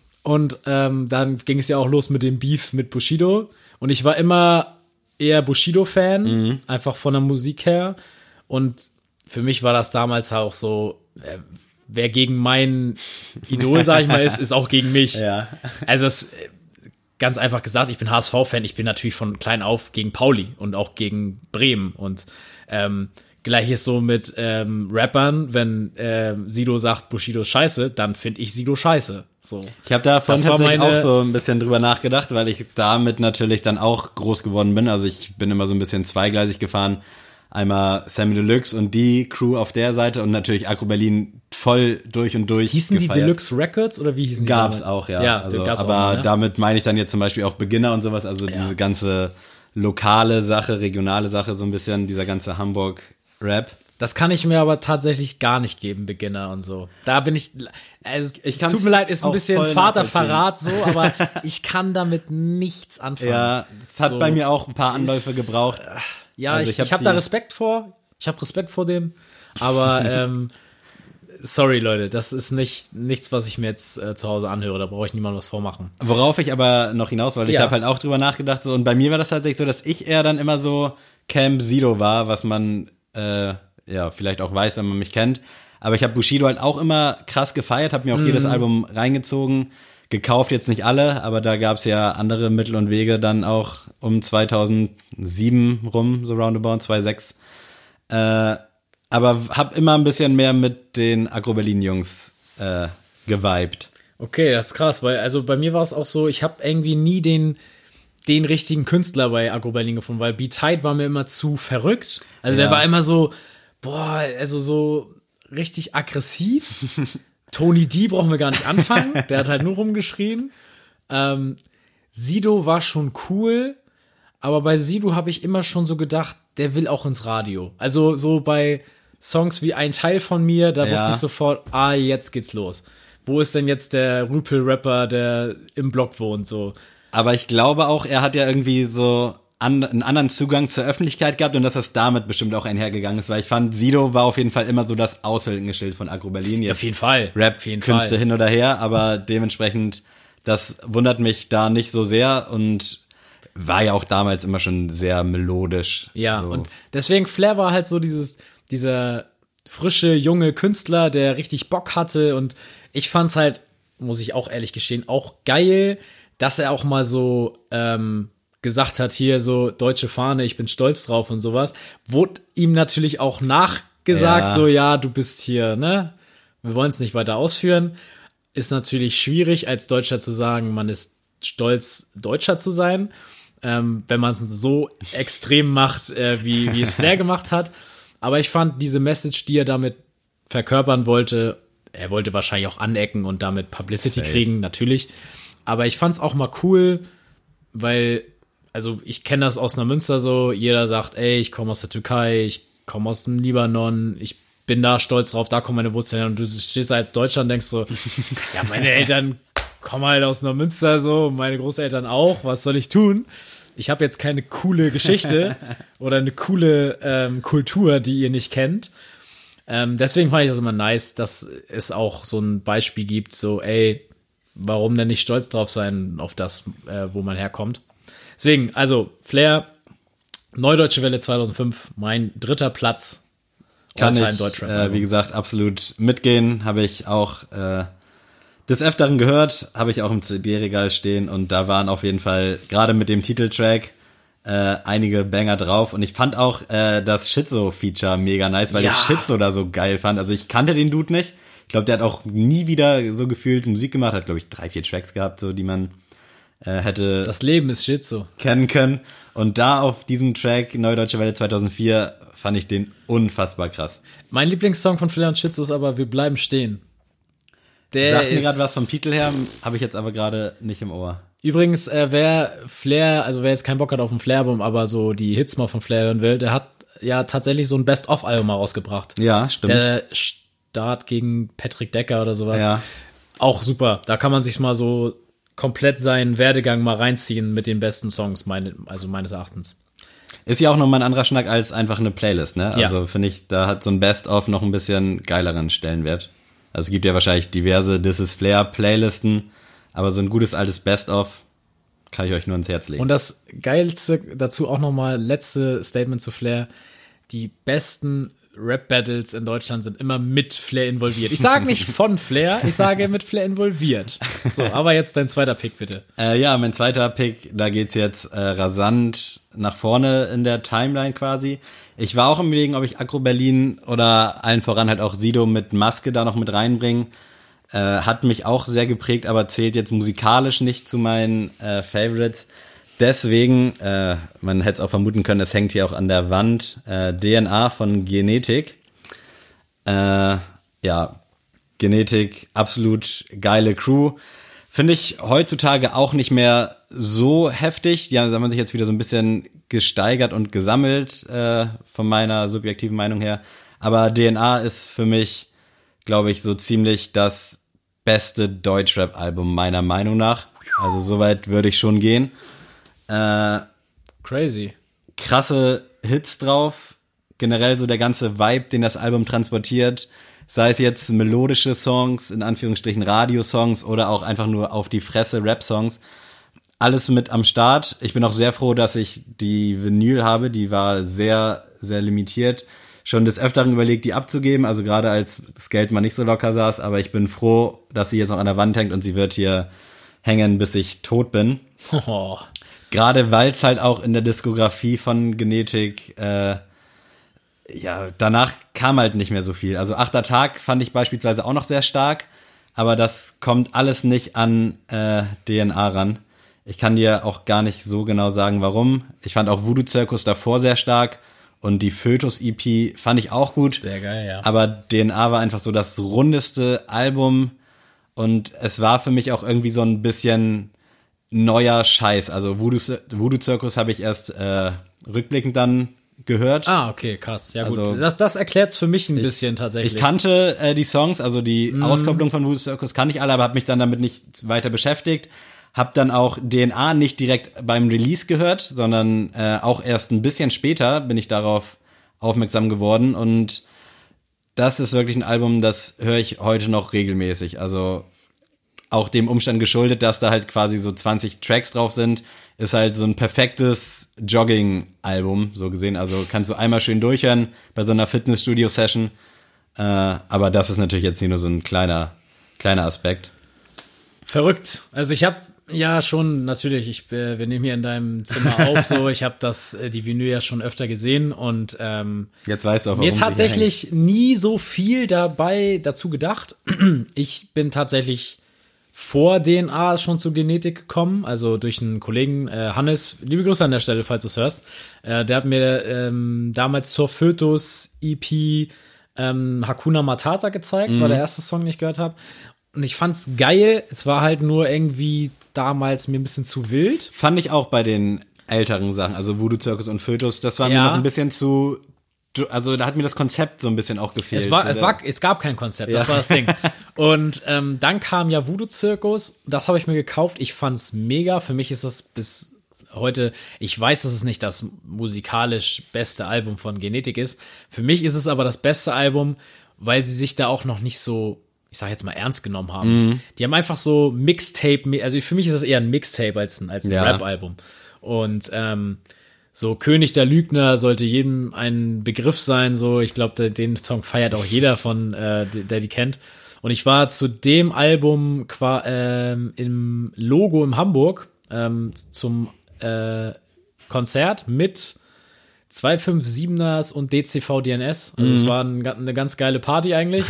Und ähm, dann ging es ja auch los mit dem Beef mit Bushido. Und ich war immer eher Bushido-Fan, Mhm. einfach von der Musik her. Und für mich war das damals auch so, äh, wer gegen mein Idol, sag ich mal, ist, ist auch gegen mich. Ja. Also das, äh, ganz einfach gesagt, ich bin H S V-Fan, ich bin natürlich von klein auf gegen Pauli und auch gegen Bremen. Und ähm, gleich ist so mit ähm, Rappern, wenn ähm, Sido sagt, Bushido ist scheiße, dann finde ich Sido scheiße. So. Ich habe davon Das war tatsächlich meine- auch so ein bisschen drüber nachgedacht, weil ich damit natürlich dann auch groß geworden bin. Also ich bin immer so ein bisschen zweigleisig gefahren. Einmal Sammy Deluxe und die Crew auf der Seite und natürlich Agro Berlin voll durch und durch. Hießen die gefeiert. Deluxe Records oder wie hießen die Gab's damals? auch, ja. Ja, also, gab's aber auch mal, ne? damit meine ich dann jetzt zum Beispiel auch Beginner und sowas, also diese ganze lokale Sache, regionale Sache, so ein bisschen, dieser ganze Hamburg-Rap. Das kann ich mir aber tatsächlich gar nicht geben, Beginner und so. Da bin ich, also, Ich es kann's tut mir leid, ist ein auch bisschen voll Vaterverrat so, aber ich kann damit nichts anfangen. Ja, es hat So bei mir auch ein paar Anläufe ist- gebraucht. Ja, Also ich, ich hab ich habe da die- Respekt vor. Ich habe Respekt vor dem. Aber ähm, sorry, Leute, das ist nicht nichts, was ich mir jetzt äh, zu Hause anhöre. Da brauche ich niemandem was vormachen. Worauf ich aber noch hinaus wollte, ich Ja. habe halt auch drüber nachgedacht, so, und bei mir war das tatsächlich so, dass ich eher dann immer so Camp Sido war, was man äh, ja vielleicht auch weiß, wenn man mich kennt. Aber ich habe Bushido halt auch immer krass gefeiert, habe mir auch jedes Album reingezogen, gekauft jetzt nicht alle, aber da gab's ja andere Mittel und Wege dann auch um zweitausendsieben rum, so roundabout, zweitausendsechs. Äh, aber hab immer ein bisschen mehr mit den Agro Berlin Jungs äh, geweibt. Okay, das ist krass, weil also bei mir war es auch so, ich habe irgendwie nie den den richtigen Künstler bei Agro Berlin gefunden, weil B-Tight war mir immer zu verrückt. Also Ja. der war immer so, boah, also so richtig aggressiv. Tony D brauchen wir gar nicht anfangen, der hat halt nur rumgeschrien. Ähm, Sido war schon cool, aber bei Sido habe ich immer schon so gedacht, der will auch ins Radio. Also so bei Songs wie Ein Teil von mir, da Ja. wusste ich sofort, ah, jetzt geht's los. Wo ist denn jetzt der Rüpel-Rapper, der im Block wohnt, so? Aber ich glaube auch, er hat ja irgendwie so an, einen anderen Zugang zur Öffentlichkeit gehabt und dass das damit bestimmt auch einhergegangen ist, weil ich fand, Sido war auf jeden Fall immer so das Aushängeschild von Agro Berlin. Jetzt Auf jeden Fall. Rap, Auf jeden Künste Fall. hin oder her, aber dementsprechend, das wundert mich da nicht so sehr und war ja auch damals immer schon sehr melodisch. Ja, so. und deswegen Flair war halt so dieses, dieser frische, junge Künstler, der richtig Bock hatte und ich fand's halt, muss ich auch ehrlich gestehen, auch geil, dass er auch mal so ähm, gesagt hat, hier so deutsche Fahne, ich bin stolz drauf und sowas. Wurde ihm natürlich auch nachgesagt, Ja. so ja, du bist hier, ne? Wir wollen es nicht weiter ausführen. Ist natürlich schwierig, als Deutscher zu sagen, man ist stolz, Deutscher zu sein, ähm, wenn man es so extrem macht, äh, wie, wie es Flair gemacht hat. Aber ich fand diese Message, die er damit verkörpern wollte, er wollte wahrscheinlich auch anecken und damit Publicity Safe. kriegen, natürlich. Aber ich fand's auch mal cool, weil, also ich kenne das aus einer Münster so, jeder sagt, ey, ich komme aus der Türkei, ich komme aus dem Libanon, ich bin da stolz drauf, da kommen meine Wurzeln her. Und du stehst da als Deutscher und denkst so, ja, meine Eltern kommen halt aus einer Münster so, meine Großeltern auch, was soll ich tun? Ich habe jetzt keine coole Geschichte oder eine coole ähm, Kultur, die ihr nicht kennt. Ähm, deswegen fand ich das immer nice, dass es auch so ein Beispiel gibt, so, ey, warum denn nicht stolz drauf sein auf das, äh, wo man herkommt. Deswegen, also Flair, Neudeutsche Welle zweitausendfünf, mein dritter Platz. Kann All-time ich, Deutschrap äh, Album. wie gesagt, absolut mitgehen. Habe ich auch äh, des Öfteren gehört, habe ich auch im C D-Regal stehen und da waren auf jeden Fall, gerade mit dem Titeltrack, äh, einige Banger drauf und ich fand auch äh, das Schizo-Feature mega nice, weil Ja. ich Schizo da so geil fand. Also ich kannte den Dude nicht. Ich glaube, der hat auch nie wieder so gefühlt Musik gemacht, hat glaube ich drei, vier Tracks gehabt, so die man äh, hätte Das Leben ist Shit so. kennen können. Und da auf diesem Track, Neudeutsche Welle zweitausendvier, fand ich den unfassbar krass. Mein Lieblingssong von Flair und Shitzo ist aber Wir bleiben stehen. Der Sagt mir ist, gerade was vom Titel her, habe ich jetzt aber gerade nicht im Ohr. Übrigens, äh, wer Flair, also wer jetzt keinen Bock hat auf ein Flair-Album, aber so die Hits mal von Flair hören will, der hat ja tatsächlich so ein Best-of-Album mal rausgebracht. Ja, stimmt. Der Start gegen Patrick Decker oder sowas. Ja. Auch super. Da kann man sich mal so komplett seinen Werdegang mal reinziehen mit den besten Songs, meine, also meines Erachtens. Ist ja auch nochmal ein anderer Schnack als einfach eine Playlist, ne? Ja. Also finde ich, da hat so ein Best-of noch ein bisschen geileren Stellenwert. Also es gibt ja wahrscheinlich diverse This is Flair Playlisten, aber so ein gutes altes Best-of kann ich euch nur ins Herz legen. Und das Geilste dazu auch nochmal, letzte Statement zu Flair, die besten Rap-Battles in Deutschland sind immer mit Flair involviert. Ich sage nicht von Flair, ich sage mit Flair involviert. So, aber jetzt dein zweiter Pick, bitte. Äh, ja, mein zweiter Pick, da geht's jetzt äh, rasant nach vorne in der Timeline quasi. Ich war auch im Überlegen, ob ich Agro Berlin oder allen voran halt auch Sido mit Maske da noch mit reinbringen. Äh, hat mich auch sehr geprägt, aber zählt jetzt musikalisch nicht zu meinen äh, Favorites. Deswegen, äh, man hätte es auch vermuten können, es hängt hier auch an der Wand, äh, D N A von Genetik. Äh, ja, Genetik, absolut geile Crew. Finde ich heutzutage auch nicht mehr so heftig. Ja, da haben sich jetzt wieder so ein bisschen gesteigert und gesammelt, äh, von meiner subjektiven Meinung her. Aber D N A ist für mich, glaube ich, so ziemlich das beste Deutschrap-Album meiner Meinung nach. Also soweit würde ich schon gehen. Äh, Crazy. Krasse Hits drauf. Generell so der ganze Vibe, den das Album transportiert. Sei es jetzt melodische Songs, in Anführungsstrichen Radiosongs oder auch einfach nur auf die Fresse Rap-Songs. Alles mit am Start. Ich bin auch sehr froh, dass ich die Vinyl habe. Die war sehr, sehr limitiert. Schon des Öfteren überlegt, die abzugeben. Also gerade als das Geld mal nicht so locker saß. Aber ich bin froh, dass sie jetzt noch an der Wand hängt und sie wird hier hängen, bis ich tot bin. Oh. Gerade weil es halt auch in der Diskografie von Genetik, äh, ja, danach kam halt nicht mehr so viel. Also Achter Tag fand ich beispielsweise auch noch sehr stark, aber das kommt alles nicht an äh, D N A ran. Ich kann dir auch gar nicht so genau sagen, warum. Ich fand auch Voodoo Circus davor sehr stark und die Fötus-E P fand ich auch gut. Sehr geil, ja. Aber D N A war einfach so das rundeste Album und es war für mich auch irgendwie so ein bisschen neuer Scheiß. Also Voodoo, Voodoo Circus habe ich erst äh, rückblickend dann gehört. Ah, okay, krass. Ja gut, Also, das, das erklärt's für mich ein ich, bisschen tatsächlich. Ich kannte äh, die Songs, also die Mhm. Auskopplung von Voodoo Circus kannte ich alle, aber habe mich dann damit nicht weiter beschäftigt. Hab dann auch D N A nicht direkt beim Release gehört, sondern äh, auch erst ein bisschen später bin ich darauf aufmerksam geworden und das ist wirklich ein Album, das höre ich heute noch regelmäßig. Also auch dem Umstand geschuldet, dass da halt quasi so zwanzig Tracks drauf sind, ist halt so ein perfektes Jogging-Album, so gesehen. Also kannst du einmal schön durchhören bei so einer Fitnessstudio-Session. Äh, aber das ist natürlich jetzt hier nur so ein kleiner, kleiner Aspekt. Verrückt. Also ich habe ja schon, natürlich, ich, äh, wir nehmen hier in deinem Zimmer auf, so, ich habe das, äh, die Vinyl ja schon öfter gesehen und ähm, Jetzt weißt du auch, warum mir sie tatsächlich nie so viel dabei dazu gedacht. Ich bin tatsächlich vor D N A schon zu Genetik gekommen, also durch einen Kollegen, äh, Hannes, liebe Grüße an der Stelle, falls du es hörst, äh, der hat mir ähm, damals zur Fötus-E P ähm, Hakuna Matata gezeigt, Mhm. war der erste Song, den ich gehört habe. Und ich fand's geil, es war halt nur irgendwie damals mir ein bisschen zu wild. Fand ich auch bei den älteren Sachen, also Voodoo Circus und Fötus, das war Ja. mir noch ein bisschen zu, also da hat mir das Konzept so ein bisschen auch gefehlt. Es, war, so es, der- war, es gab kein Konzept, das Ja. war das Ding. Und ähm, dann kam ja Voodoo Circus, das habe ich mir gekauft, ich fand's mega. Für mich ist das bis heute, ich weiß, dass es nicht das musikalisch beste Album von Genetik ist. Für mich ist es aber das beste Album, weil sie sich da auch noch nicht so, ich sag jetzt mal, ernst genommen haben. Mhm. Die haben einfach so Mixtape, also für mich ist das eher ein Mixtape als ein, als ein Ja. Rap-Album. Und ähm, so König der Lügner sollte jedem ein Begriff sein, so ich glaube, den Song feiert auch jeder von, äh, der die kennt. Und ich war zu dem Album qua, ähm, im Logo in Hamburg ähm, zum äh, Konzert mit zwei fünf siebers und D C V D N S. Also es war ein, eine ganz geile Party eigentlich.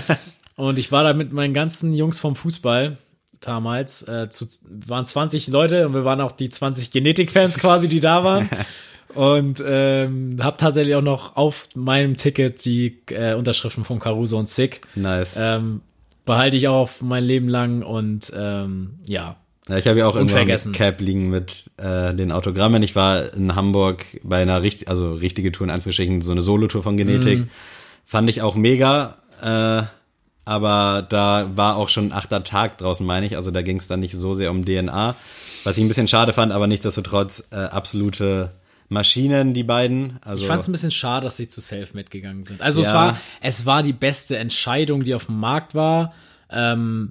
Und ich war da mit meinen ganzen Jungs vom Fußball damals, äh, zu, waren zwanzig Leute und wir waren auch die zwanzig Genetik-Fans quasi, die da waren. Und ähm, habe tatsächlich auch noch auf meinem Ticket die äh, Unterschriften von Caruso und Sick. Nice. Ähm, behalte ich auch auf mein Leben lang und ähm, ja, Ja, ich habe ja auch irgendwann Unvergessen. mit Cap liegen mit äh, den Autogrammen. Ich war in Hamburg bei einer richt also richtige Tour in Anführungsstrichen, so eine Solo-Tour von Genetik. Mhm. Fand ich auch mega, äh, aber da war auch schon ein achter Tag draußen, meine ich. Also da ging es dann nicht so sehr um D N A, was ich ein bisschen schade fand, aber nichtsdestotrotz äh, absolute Maschinen, die beiden. Also, Ich fand es ein bisschen schade, dass sie zu Selfmade gegangen sind. Also Ja. es war, es war die beste Entscheidung, die auf dem Markt war. Ähm,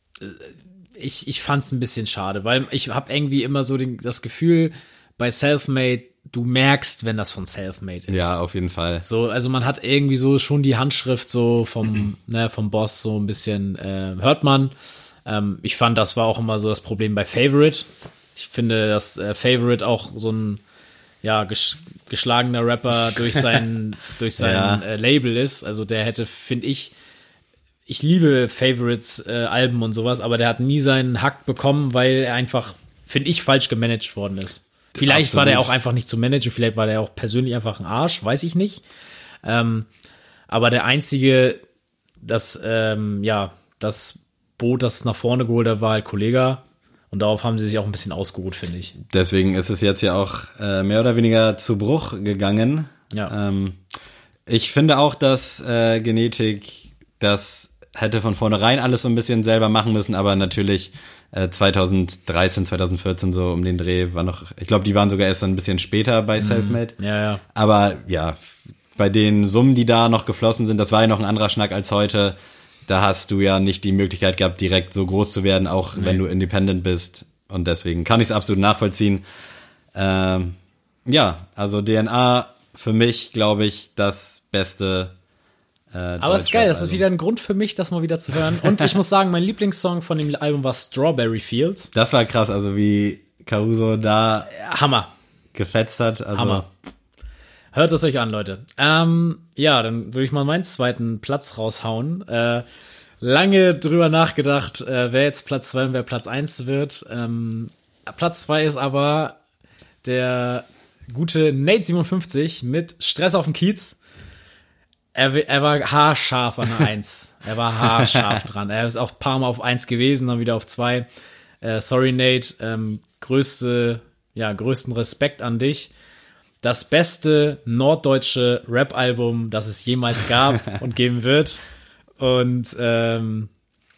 ich ich fand es ein bisschen schade, weil ich habe irgendwie immer so den, das Gefühl, bei Selfmade, du merkst, wenn das von Selfmade ist. ja, auf jeden Fall. So, also man hat irgendwie so schon die Handschrift so vom, ne, vom Boss so ein bisschen, äh, hört man. Ähm, ich fand, das war auch immer so das Problem bei Favorite. Ich finde, dass äh, Favorite auch so ein, ja, ges geschlagener Rapper durch sein, durch sein Ja. äh, Label ist. Also der hätte, finde ich, ich liebe Favorites äh, Alben und sowas, aber der hat nie seinen Hack bekommen, weil er einfach, finde ich, falsch gemanagt worden ist. Vielleicht war der Absolut. auch einfach nicht zu managen, vielleicht war der auch persönlich einfach ein Arsch, weiß ich nicht. Ähm, aber der einzige, das, ähm, ja, das Boot, das nach vorne geholt hat, war halt Kollega. Und darauf haben sie sich auch ein bisschen ausgeruht, finde ich. Deswegen ist es jetzt ja auch äh, mehr oder weniger zu Bruch gegangen. Ja. Ähm, ich finde auch, dass äh, Genetik das hätte von vornherein alles so ein bisschen selber machen müssen, aber natürlich äh, zweitausenddreizehn, zweitausendvierzehn so um den Dreh war noch, ich glaube, die waren sogar erst ein bisschen später bei Selfmade. Ja, ja. Aber ja, f- bei den Summen, die da noch geflossen sind, das war ja noch ein anderer Schnack als heute. Da hast du ja nicht die Möglichkeit gehabt, direkt so groß zu werden, auch wenn du independent bist. Und deswegen kann ich es absolut nachvollziehen. Ähm, ja, also D N A für mich, glaube ich, das beste. Äh, Aber es ist geil, das ist wieder ein Grund für mich, das mal wieder zu hören. Und ich muss sagen, mein Lieblingssong von dem Album war Strawberry Fields. Das war krass, also wie Caruso da Hammer. gefetzt hat. Also, Hammer. Hört es euch an, Leute. Ähm, ja, dann würde ich mal meinen zweiten Platz raushauen. Äh, lange drüber nachgedacht, äh, wer jetzt Platz zwei und wer Platz eins wird. Ähm, Platz zwei ist aber der gute Nate siebenundfünfzig mit Stress auf dem Kiez. Er, er war haarscharf an der eins. Er war haarscharf dran. Er ist auch ein paar Mal auf eins gewesen, dann wieder auf zwei. Äh, sorry, Nate. Ähm, größte, ja, größten Respekt an dich. Das beste norddeutsche Rap-Album, das es jemals gab und geben wird. Und ähm,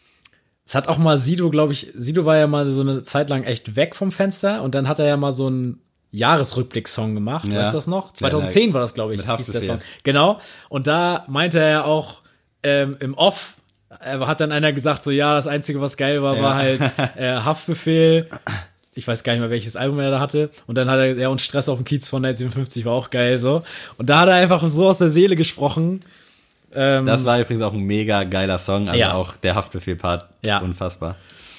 es hat auch mal Sido, glaube ich, Sido war ja mal so eine Zeit lang echt weg vom Fenster und dann hat er ja mal so einen Jahresrückblick-Song gemacht, Ja. weißt du das noch? zweitausendzehn war das, glaube ich, Mit hieß der Haftbefehl. Song. Genau, und da meinte er ja auch ähm, im Off, er hat dann einer gesagt, so ja, das Einzige, was geil war, war halt äh, Haftbefehl. Ich weiß gar nicht mehr, welches Album er da hatte. Und dann hat er, ja, und Stress auf dem Kiez von Nate siebenundfünfzig war auch geil, so. Und da hat er einfach so aus der Seele gesprochen. Ähm, das war übrigens auch ein mega geiler Song, also Ja. auch der Haftbefehl-Part, Ja. unfassbar.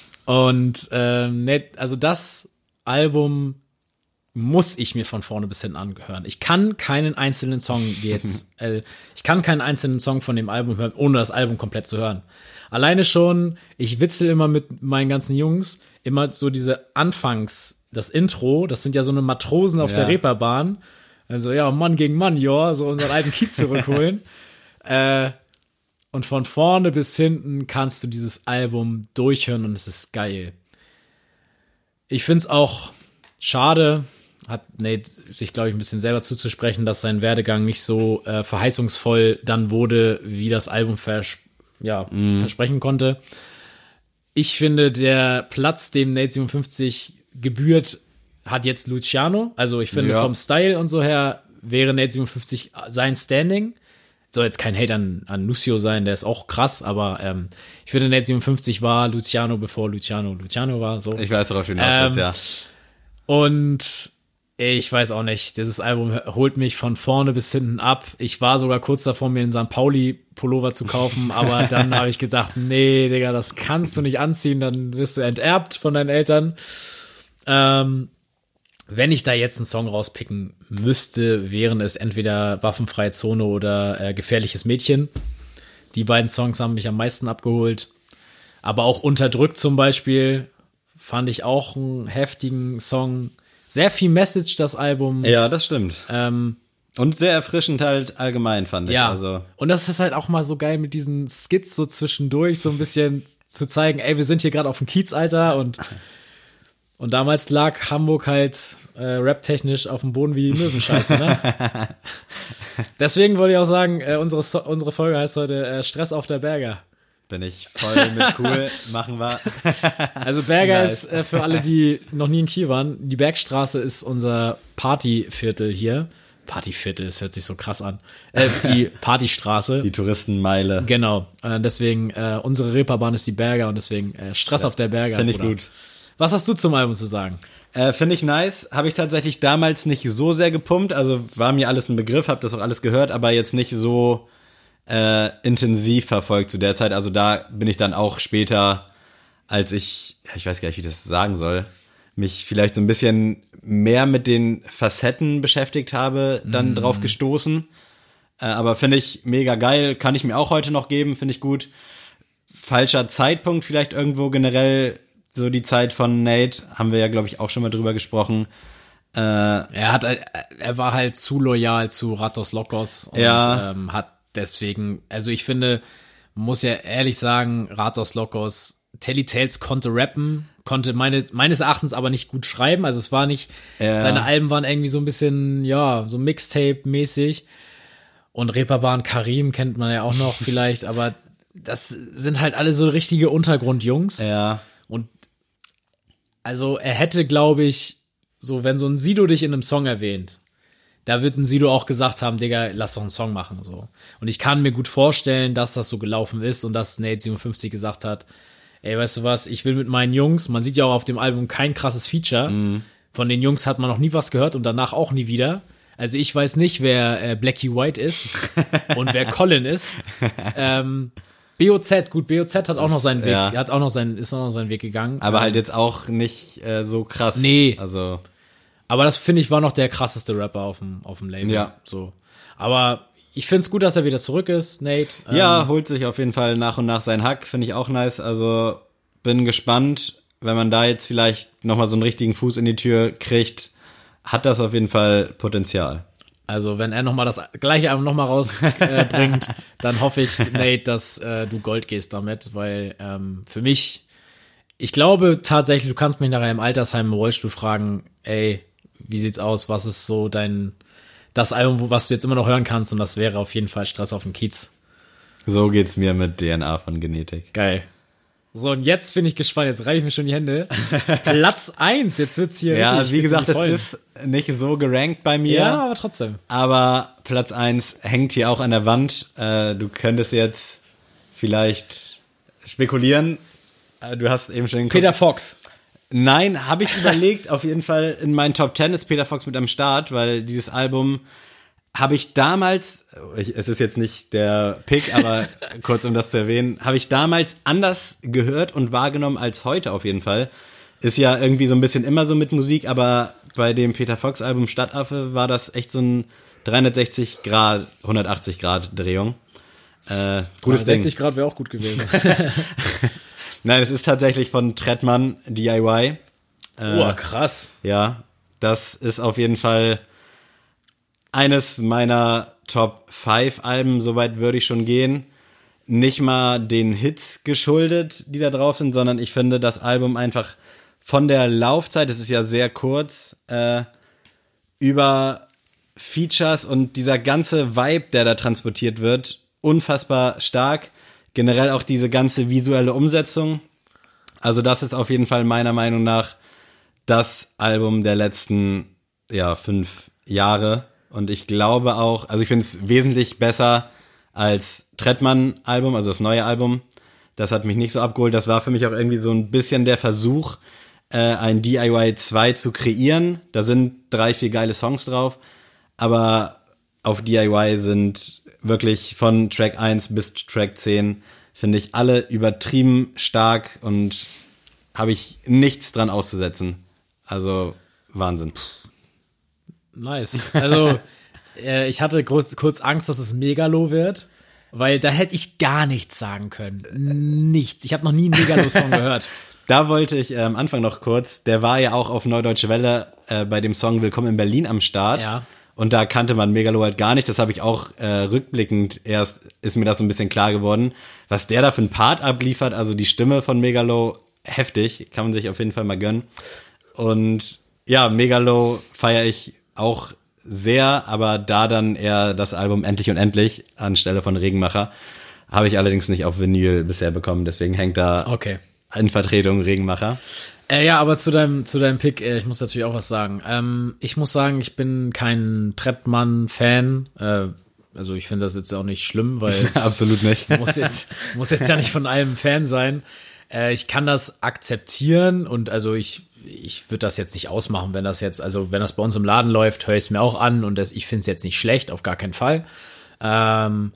Und ähm, Nate, also das Album muss ich mir von vorne bis hinten anhören. Ich kann keinen einzelnen Song jetzt, äh, ich kann keinen einzelnen Song von dem Album hören, ohne das Album komplett zu hören. Alleine schon, ich witzel immer mit meinen ganzen Jungs, immer so diese Anfangs, das Intro, das sind ja so eine Matrosen auf Ja. der Reeperbahn. Also ja, Mann gegen Mann, ja, so unseren alten Kiez zurückholen. äh, und von vorne bis hinten kannst du dieses Album durchhören und es ist geil. Ich find's auch schade, hat Nate sich, glaube ich, ein bisschen selber zuzusprechen, dass sein Werdegang nicht so äh, verheißungsvoll dann wurde, wie das Album vers ja, Mhm. versprechen konnte. Ich finde, der Platz, dem Nate siebenundfünfzig gebührt, hat jetzt Luciano. Also ich finde, Ja. vom Style und so her wäre Nate siebenundfünfzig sein Standing. Soll jetzt kein Hate an, an Lucio sein, der ist auch krass, aber ähm, ich finde, Nate siebenundfünfzig war Luciano, bevor Luciano Luciano war. So. Ich weiß, worauf du hinaus willst, Ähm, ja. Und ich weiß auch nicht, dieses Album holt mich von vorne bis hinten ab. Ich war sogar kurz davor, mir einen Sankt Pauli-Pullover zu kaufen, aber dann habe ich gedacht, nee, Digga, das kannst du nicht anziehen, dann wirst du enterbt von deinen Eltern. Ähm, wenn ich da jetzt einen Song rauspicken müsste, wären es entweder Waffenfreie Zone oder äh, Gefährliches Mädchen. Die beiden Songs haben mich am meisten abgeholt. Aber auch Unterdrückt zum Beispiel fand ich auch einen heftigen Song. Sehr viel Message, das Album. Ja, das stimmt. Ähm, Und sehr erfrischend halt allgemein, fand ich. ja. Also, Und das ist halt auch mal so geil mit diesen Skits so zwischendurch, so ein bisschen zu zeigen, ey, wir sind hier gerade auf dem Kiez, Alter. Und Und damals lag Hamburg halt äh, rap-technisch auf dem Boden wie Möwenscheiße, ne? Deswegen wollte ich auch sagen, äh, unsere, so- unsere Folge heißt heute äh, Stress auf der Berger. Bin ich voll mit cool, machen wir. Also Berger Nice. ist, äh, für alle, die noch nie in Kiel waren, die Bergstraße ist unser Partyviertel hier. Partyviertel, das hört sich so krass an. Äh, die Partystraße. Die Touristenmeile. Genau. Äh, deswegen, äh, unsere Reeperbahn ist die Berger und deswegen äh, Stress auf der Berger. Finde ich Bruder. gut. Was hast du zum Album zu sagen? Äh, Finde ich nice. Habe ich tatsächlich damals nicht so sehr gepumpt. Also war mir alles ein Begriff, habe das auch alles gehört, aber jetzt nicht so äh, intensiv verfolgt zu der Zeit. Also da bin ich dann auch später, als ich, ja, ich weiß gar nicht, wie ich das sagen soll, mich vielleicht so ein bisschen mehr mit den Facetten beschäftigt habe, dann mm. drauf gestoßen. Äh, aber finde ich mega geil. Kann ich mir auch heute noch geben, finde ich gut. Falscher Zeitpunkt vielleicht irgendwo generell. So die Zeit von Nate, haben wir ja, glaube ich, auch schon mal drüber gesprochen. Äh, Er hat, er war halt zu loyal zu Ratos Lokos und Ja. ähm, hat deswegen, also ich finde, man muss ja ehrlich sagen, Ratos Lokos, Telly Tales konnte rappen, konnte meine, meines Erachtens aber nicht gut schreiben, also es war nicht, Ja. seine Alben waren irgendwie so ein bisschen, ja, so Mixtape-mäßig und Reeperbahn Karim kennt man ja auch noch vielleicht, aber das sind halt alle so richtige Untergrundjungs. ja, Und also er hätte, glaube ich, so, wenn so ein Sido dich in einem Song erwähnt, da wird ein Sido auch gesagt haben, Digga, lass doch einen Song machen, so. Und ich kann mir gut vorstellen, dass das so gelaufen ist und dass Nate siebenundfünfzig gesagt hat, ey, weißt du was, ich will mit meinen Jungs, man sieht ja auch auf dem Album kein krasses Feature, Mhm. von den Jungs hat man noch nie was gehört und danach auch nie wieder. Also ich weiß nicht, wer äh, Blackie White ist und wer Colin ist. Ähm, B O Z, gut, B O Z hat auch noch seinen Weg, ja. hat auch noch seinen, ist auch noch seinen Weg gegangen. aber Ähm, halt jetzt auch nicht äh, so krass. Nee. Also, Aber das, finde ich, war noch der krasseste Rapper auf dem, auf dem Label. Ja. So. Aber ich finde es gut, dass er wieder zurück ist, Nate. Ähm, ja, holt sich auf jeden Fall nach und nach seinen Hack, finde ich auch nice. Also, bin gespannt, wenn man da jetzt vielleicht nochmal so einen richtigen Fuß in die Tür kriegt, hat das auf jeden Fall Potenzial. Also, wenn er nochmal das gleiche Album nochmal rausbringt, äh, bringt, dann hoffe ich, Nate, dass äh, du Gold gehst damit, weil ähm, für mich, ich glaube tatsächlich, du kannst mich nachher im Altersheim im Rollstuhl fragen, ey, wie sieht's aus, was ist so dein, das Album, wo- was du jetzt immer noch hören kannst und das wäre auf jeden Fall Stress auf dem Kiez. So geht's mir mit D N A von Genetik. Geil. So, und jetzt bin ich gespannt, jetzt reibe ich mir schon die Hände. Platz eins, jetzt wird's hier Ja, richtig, wie jetzt gesagt, sind das die vollen. ist nicht so gerankt bei mir. Ja, aber trotzdem. Aber Platz eins hängt hier auch an der Wand. Äh, du könntest jetzt vielleicht spekulieren. Äh, du hast eben schon den Peter Fox. Nein, habe ich überlegt. Auf jeden Fall in meinen Top Ten ist Peter Fox mit am Start, weil dieses Album habe ich damals, ich, es ist jetzt nicht der Pick, aber kurz um das zu erwähnen, habe ich damals anders gehört und wahrgenommen als heute auf jeden Fall. Ist ja irgendwie so ein bisschen immer so mit Musik, aber bei dem Peter Fox Album Stadtaffe war das echt so ein dreihundertsechzig Grad, hundertachtzig Grad Drehung. Äh, gutes Ding. sechzig Grad wäre auch gut gewesen. Nein, es ist tatsächlich von Trettmann D I Y. Äh, Boah, krass. Ja, das ist auf jeden Fall eines meiner Top fünf Alben, soweit würde ich schon gehen. Nicht mal den Hits geschuldet, die da drauf sind, sondern ich finde das Album einfach von der Laufzeit, es ist ja sehr kurz, äh, über Features und dieser ganze Vibe, der da transportiert wird, unfassbar stark. Generell auch diese ganze visuelle Umsetzung. Also das ist auf jeden Fall meiner Meinung nach das Album der letzten ja, fünf Jahre. Und ich glaube auch, also ich finde es wesentlich besser als Trettmann-Album, also das neue Album. Das hat mich nicht so abgeholt. Das war für mich auch irgendwie so ein bisschen der Versuch, äh, ein D I Y zwei zu kreieren. Da sind drei, vier geile Songs drauf. Aber auf D I Y sind wirklich von Track eins bis Track zehn, finde ich, alle übertrieben stark und habe ich nichts dran auszusetzen. Also Wahnsinn. Nice. Also, äh, ich hatte kurz, kurz Angst, dass es Megalo wird, weil da hätte ich gar nichts sagen können. Nichts. Ich habe noch nie einen Megalo-Song gehört. Da wollte ich äh, am Anfang noch kurz, der war ja auch auf Neudeutsche Welle äh, bei dem Song Willkommen in Berlin am Start. Ja. Und da kannte man Megalo halt gar nicht. Das habe ich auch äh, rückblickend erst, ist mir das so ein bisschen klar geworden. Was der da für einen Part abliefert, also die Stimme von Megalo, heftig, kann man sich auf jeden Fall mal gönnen. Und ja, Megalo feiere ich auch sehr, aber da dann eher das Album Endlich und Endlich anstelle von Regenmacher. Habe ich allerdings nicht auf Vinyl bisher bekommen, deswegen hängt da Okay. in Vertretung Regenmacher. Äh, ja, aber zu deinem, zu deinem Pick, äh, ich muss natürlich auch was sagen. Ähm, ich muss sagen, ich bin kein Trettmann-Fan. Äh, also ich finde das jetzt auch nicht schlimm, weil Absolut nicht. muss jetzt, muss jetzt ja nicht von allem Fan sein. Äh, ich kann das akzeptieren und also ich, ich würde das jetzt nicht ausmachen, wenn das jetzt, also wenn das bei uns im Laden läuft, höre ich es mir auch an und das, ich finde es jetzt nicht schlecht, auf gar keinen Fall. Ähm,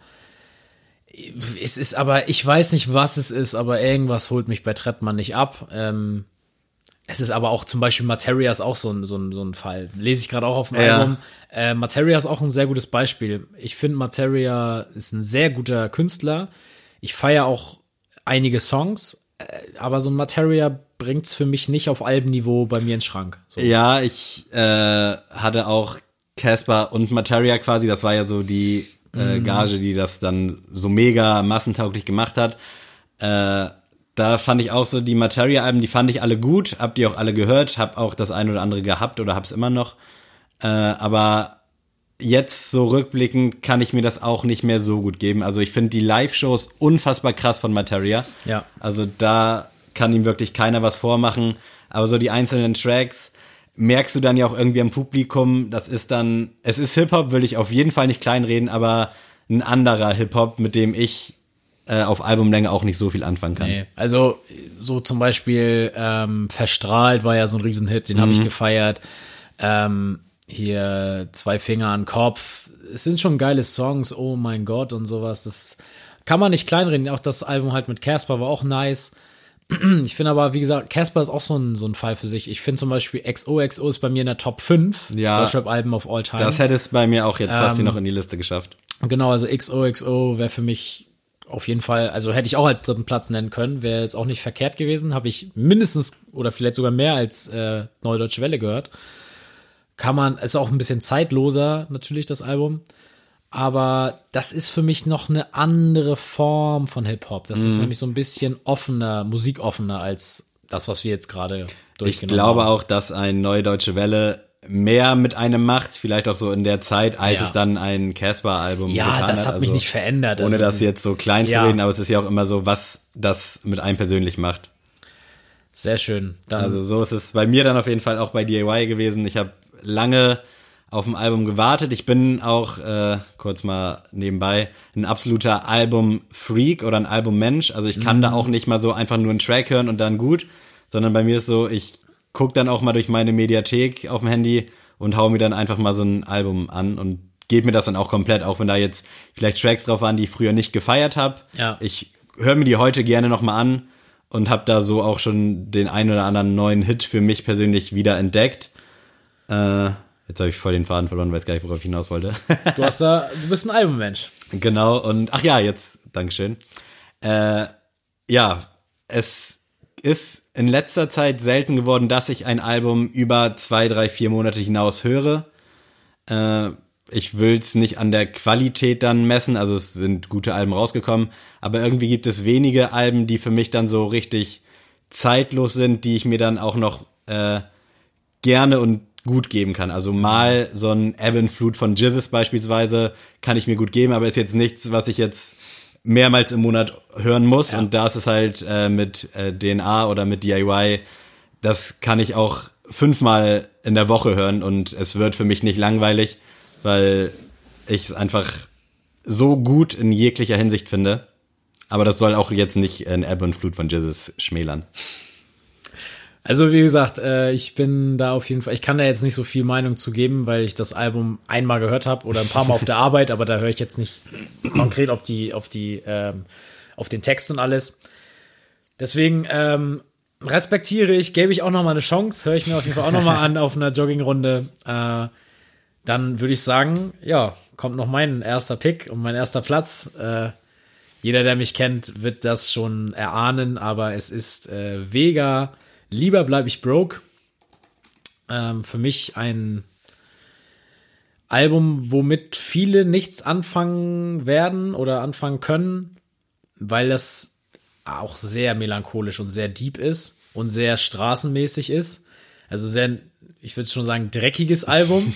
es ist aber, ich weiß nicht, was es ist, aber irgendwas holt mich bei Trettmann nicht ab. Ähm, es ist aber auch zum Beispiel Materia ist auch so ein, so ein, so ein Fall. Lese ich gerade auch auf dem Ja. Album. Äh, Materia ist auch ein sehr gutes Beispiel. Ich finde, Materia ist ein sehr guter Künstler. Ich feiere auch einige Songs, äh, aber so ein Materia bringt's für mich nicht auf Albenniveau bei mir in den Schrank. So. Ja, ich äh, hatte auch Casper und Materia quasi, das war ja so die äh, Gage, die das dann so mega massentauglich gemacht hat. Äh, da fand ich auch so die Materia-Alben, die fand ich alle gut, hab die auch alle gehört, hab auch das ein oder andere gehabt oder hab's immer noch. Äh, aber jetzt so rückblickend kann ich mir das auch nicht mehr so gut geben. Also ich finde die Live-Shows unfassbar krass von Materia. Ja. Also da kann ihm wirklich keiner was vormachen. Aber so die einzelnen Tracks merkst du dann ja auch irgendwie am Publikum, das ist dann, es ist Hip-Hop, will ich auf jeden Fall nicht kleinreden, aber ein anderer Hip-Hop, mit dem ich äh, auf Albumlänge auch nicht so viel anfangen kann. Nee, also so zum Beispiel ähm, Verstrahlt war ja so ein Riesenhit, den habe ich gefeiert. Ähm, hier Zwei Finger an den Kopf. Es sind schon geile Songs, oh mein Gott und sowas. Das kann man nicht kleinreden. Auch das Album halt mit Casper war auch nice. Ich finde aber, wie gesagt, Casper ist auch so ein, so ein Fall für sich. Ich finde zum Beispiel X O X O ist bei mir in der Top fünf Ja, Deutschrap-Alben of all time. Das hätte es bei mir auch jetzt fast Ähm, noch in die Liste geschafft. Genau, also X O X O wäre für mich auf jeden Fall, also hätte ich auch als dritten Platz nennen können, wäre jetzt auch nicht verkehrt gewesen. Habe ich mindestens oder vielleicht sogar mehr als äh, Neue Deutsche Welle gehört. Kann man, ist auch ein bisschen zeitloser natürlich, das Album. Aber das ist für mich noch eine andere Form von Hip-Hop. Das ist nämlich so ein bisschen offener, musikoffener als das, was wir jetzt gerade Ich durchgenommen glaube haben. auch, dass ein Neue Deutsche Welle mehr mit einem macht, vielleicht auch so in der Zeit, als Ja. es dann ein Casper-Album Ja, getan das hat mich Also, nicht verändert. Ohne Also das die- jetzt so klein Ja. zu reden, aber es ist ja auch immer so, was das mit einem persönlich macht. Sehr schön. Dann, Also so ist es bei mir dann auf jeden Fall auch bei D I Y gewesen. Ich habe lange auf ein Album gewartet. Ich bin auch, äh, kurz mal nebenbei, ein absoluter Album-Freak oder ein Album-Mensch. Also ich kann da auch nicht mal so einfach nur einen Track hören und dann gut, sondern bei mir ist so, ich guck dann auch mal durch meine Mediathek auf dem Handy und hau mir dann einfach mal so ein Album an und gebe mir das dann auch komplett, auch wenn da jetzt vielleicht Tracks drauf waren, die ich früher nicht gefeiert habe. Ja. Ich höre mir die heute gerne nochmal an und habe da so auch schon den einen oder anderen neuen Hit für mich persönlich wieder entdeckt. Äh, jetzt habe ich voll den Faden verloren, weiß gar nicht, worauf ich hinaus wollte. du hast da, du bist ein Albummensch. Genau, und ach ja, jetzt, Dankeschön. Äh, ja, es ist in letzter Zeit selten geworden, dass ich ein Album über zwei, drei, vier Monate hinaus höre. Äh, ich will es nicht an der Qualität dann messen, also es sind gute Alben rausgekommen, aber irgendwie gibt es wenige Alben, die für mich dann so richtig zeitlos sind, die ich mir dann auch noch äh, gerne und gut geben kann. Also mal so ein Ebb and Flut von Jizzes beispielsweise kann ich mir gut geben, aber ist jetzt nichts, was ich jetzt mehrmals im Monat hören muss. Ja. Und da ist es halt äh, mit äh, D N A oder mit D I Y, das kann ich auch fünfmal in der Woche hören und es wird für mich nicht langweilig, weil ich es einfach so gut in jeglicher Hinsicht finde. Aber das soll auch jetzt nicht ein Ebb und Flut von Jizzes schmälern. Also wie gesagt, äh, ich bin da auf jeden Fall, ich kann da jetzt nicht so viel Meinung zu geben, weil ich das Album einmal gehört habe oder ein paar Mal auf der Arbeit, aber da höre ich jetzt nicht konkret auf die, auf die, ähm, auf den Text und alles. Deswegen ähm, respektiere ich, gebe ich auch noch mal eine Chance, höre ich mir auf jeden Fall auch noch mal an auf einer Joggingrunde. Äh, dann würde ich sagen, ja, kommt noch mein erster Pick und mein erster Platz. Äh, jeder, der mich kennt, wird das schon erahnen, aber es ist äh, Vega. Lieber bleib ich broke. Ähm, für mich ein Album, womit viele nichts anfangen werden oder anfangen können, weil das auch sehr melancholisch und sehr deep ist und sehr straßenmäßig ist. Also sehr, ich würde schon sagen, dreckiges Album.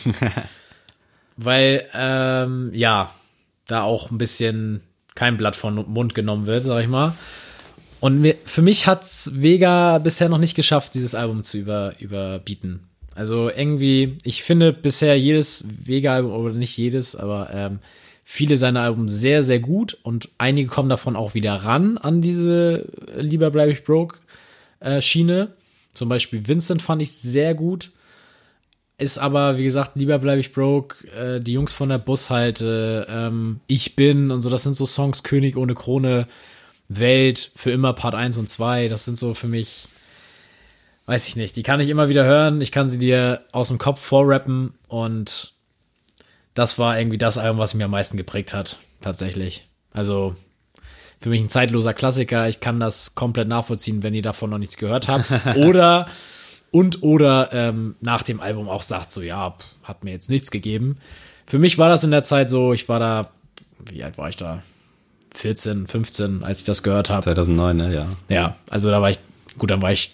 Weil, ähm, ja, da auch ein bisschen kein Blatt von Mund genommen wird, sag ich mal. Und mir, für mich hat's Vega bisher noch nicht geschafft, dieses Album zu über, überbieten. Also irgendwie, ich finde bisher jedes Vega-Album, oder nicht jedes, aber ähm, viele seiner Alben sehr, sehr gut. Und einige kommen davon auch wieder ran an diese Lieber bleib ich broke äh, Schiene. Zum Beispiel Vincent fand ich sehr gut. Ist aber, wie gesagt, Lieber bleib ich broke, äh, die Jungs von der Bushalte, ähm, Ich bin und so, das sind so Songs, König ohne Krone, Welt, für immer Part eins und zwei, das sind so für mich, weiß ich nicht, die kann ich immer wieder hören, ich kann sie dir aus dem Kopf vorrappen und das war irgendwie das Album, was mich am meisten geprägt hat, tatsächlich. Also für mich ein zeitloser Klassiker, ich kann das komplett nachvollziehen, wenn ihr davon noch nichts gehört habt. Oder Und oder ähm, nach dem Album auch sagt so, ja, hat mir jetzt nichts gegeben. Für mich war das in der Zeit so, ich war da, wie alt war ich da? vierzehn, fünfzehn, als ich das gehört habe. zweitausendneun, ne, ja. Ja, also da war ich, gut, dann war ich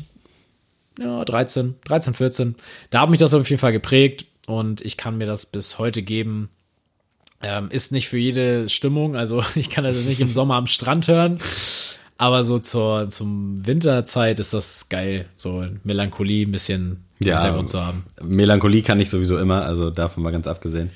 ja, dreizehn, dreizehn, vierzehn. Da hat mich das auf jeden Fall geprägt und ich kann mir das bis heute geben. Ähm, ist nicht für jede Stimmung, also ich kann das nicht im Sommer am Strand hören. Aber so zur zum Winterzeit ist das geil, so Melancholie ein bisschen im Ja, Hintergrund zu haben. Melancholie kann ich sowieso immer, also davon mal ganz abgesehen.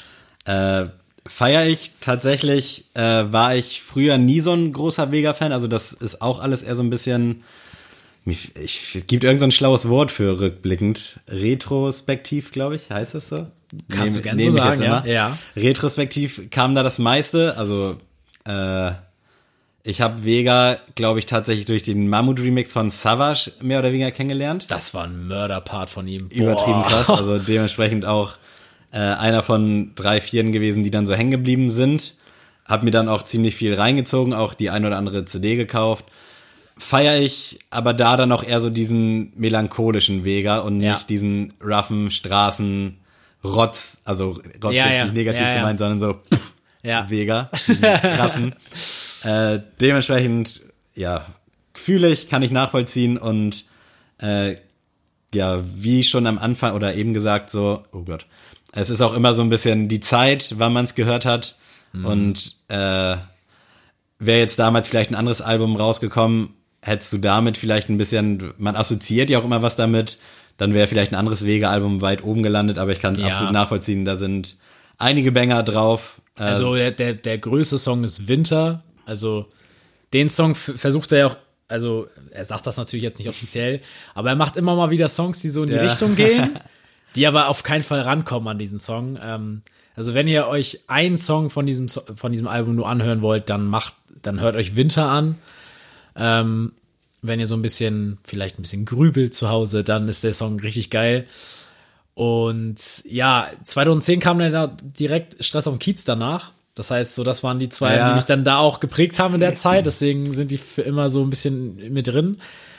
Äh, feier ich tatsächlich, äh, war ich früher nie so ein großer Vega-Fan, also das ist auch alles eher so ein bisschen, ich, ich, es gibt irgend so ein schlaues Wort für rückblickend, retrospektiv, glaube ich, heißt das so? Kannst Nehm, du gerne nehm so ich jetzt sagen, ja. immer. ja. Retrospektiv kam da das meiste, also äh, ich habe Vega, glaube ich, tatsächlich durch den Mammut-Remix von Savage mehr oder weniger kennengelernt. Das war ein Mörderpart von ihm. Übertrieben Boah. krass, also dementsprechend auch äh, einer von drei, vieren gewesen, die dann so hängen geblieben sind. Hab mir dann auch ziemlich viel reingezogen, auch die ein oder andere C D gekauft. Feier ich aber da dann auch eher so diesen melancholischen Vega und Ja. nicht diesen roughen Straßen Rotz, also Rotz Ja, jetzt ja. nicht negativ Ja, ja. gemeint, sondern so pff, Ja. Vega, diesen krassen. äh, dementsprechend, ja, fühle ich, kann ich nachvollziehen und äh, ja, wie schon am Anfang oder eben gesagt so, oh Gott, es ist auch immer so ein bisschen die Zeit, wann man es gehört hat mhm. und äh, wäre jetzt damals vielleicht ein anderes Album rausgekommen, hättest du damit vielleicht ein bisschen, man assoziiert ja auch immer was damit, dann wäre vielleicht ein anderes Vega-Album weit oben gelandet, aber ich kann es Ja. absolut nachvollziehen, da sind einige Banger drauf. Äh, Also der, der, der größte Song ist Winter. Also den Song f- versucht er ja auch, also er sagt das natürlich jetzt nicht offiziell, aber er macht immer mal wieder Songs, die so in die Ja. Richtung gehen, die aber auf keinen Fall rankommen an diesen Song. Ähm, also wenn ihr euch einen Song von diesem So- von diesem Album nur anhören wollt, dann macht, dann hört euch Winter an. Ähm, wenn ihr so ein bisschen, vielleicht ein bisschen grübelt zu Hause, dann ist der Song richtig geil. Und ja, zweitausendzehn kam dann da direkt Stress auf dem Kiez danach. Das heißt, so, das waren die zwei, Ja. die mich dann da auch geprägt haben in der Zeit. Deswegen sind die für immer so ein bisschen mit drin.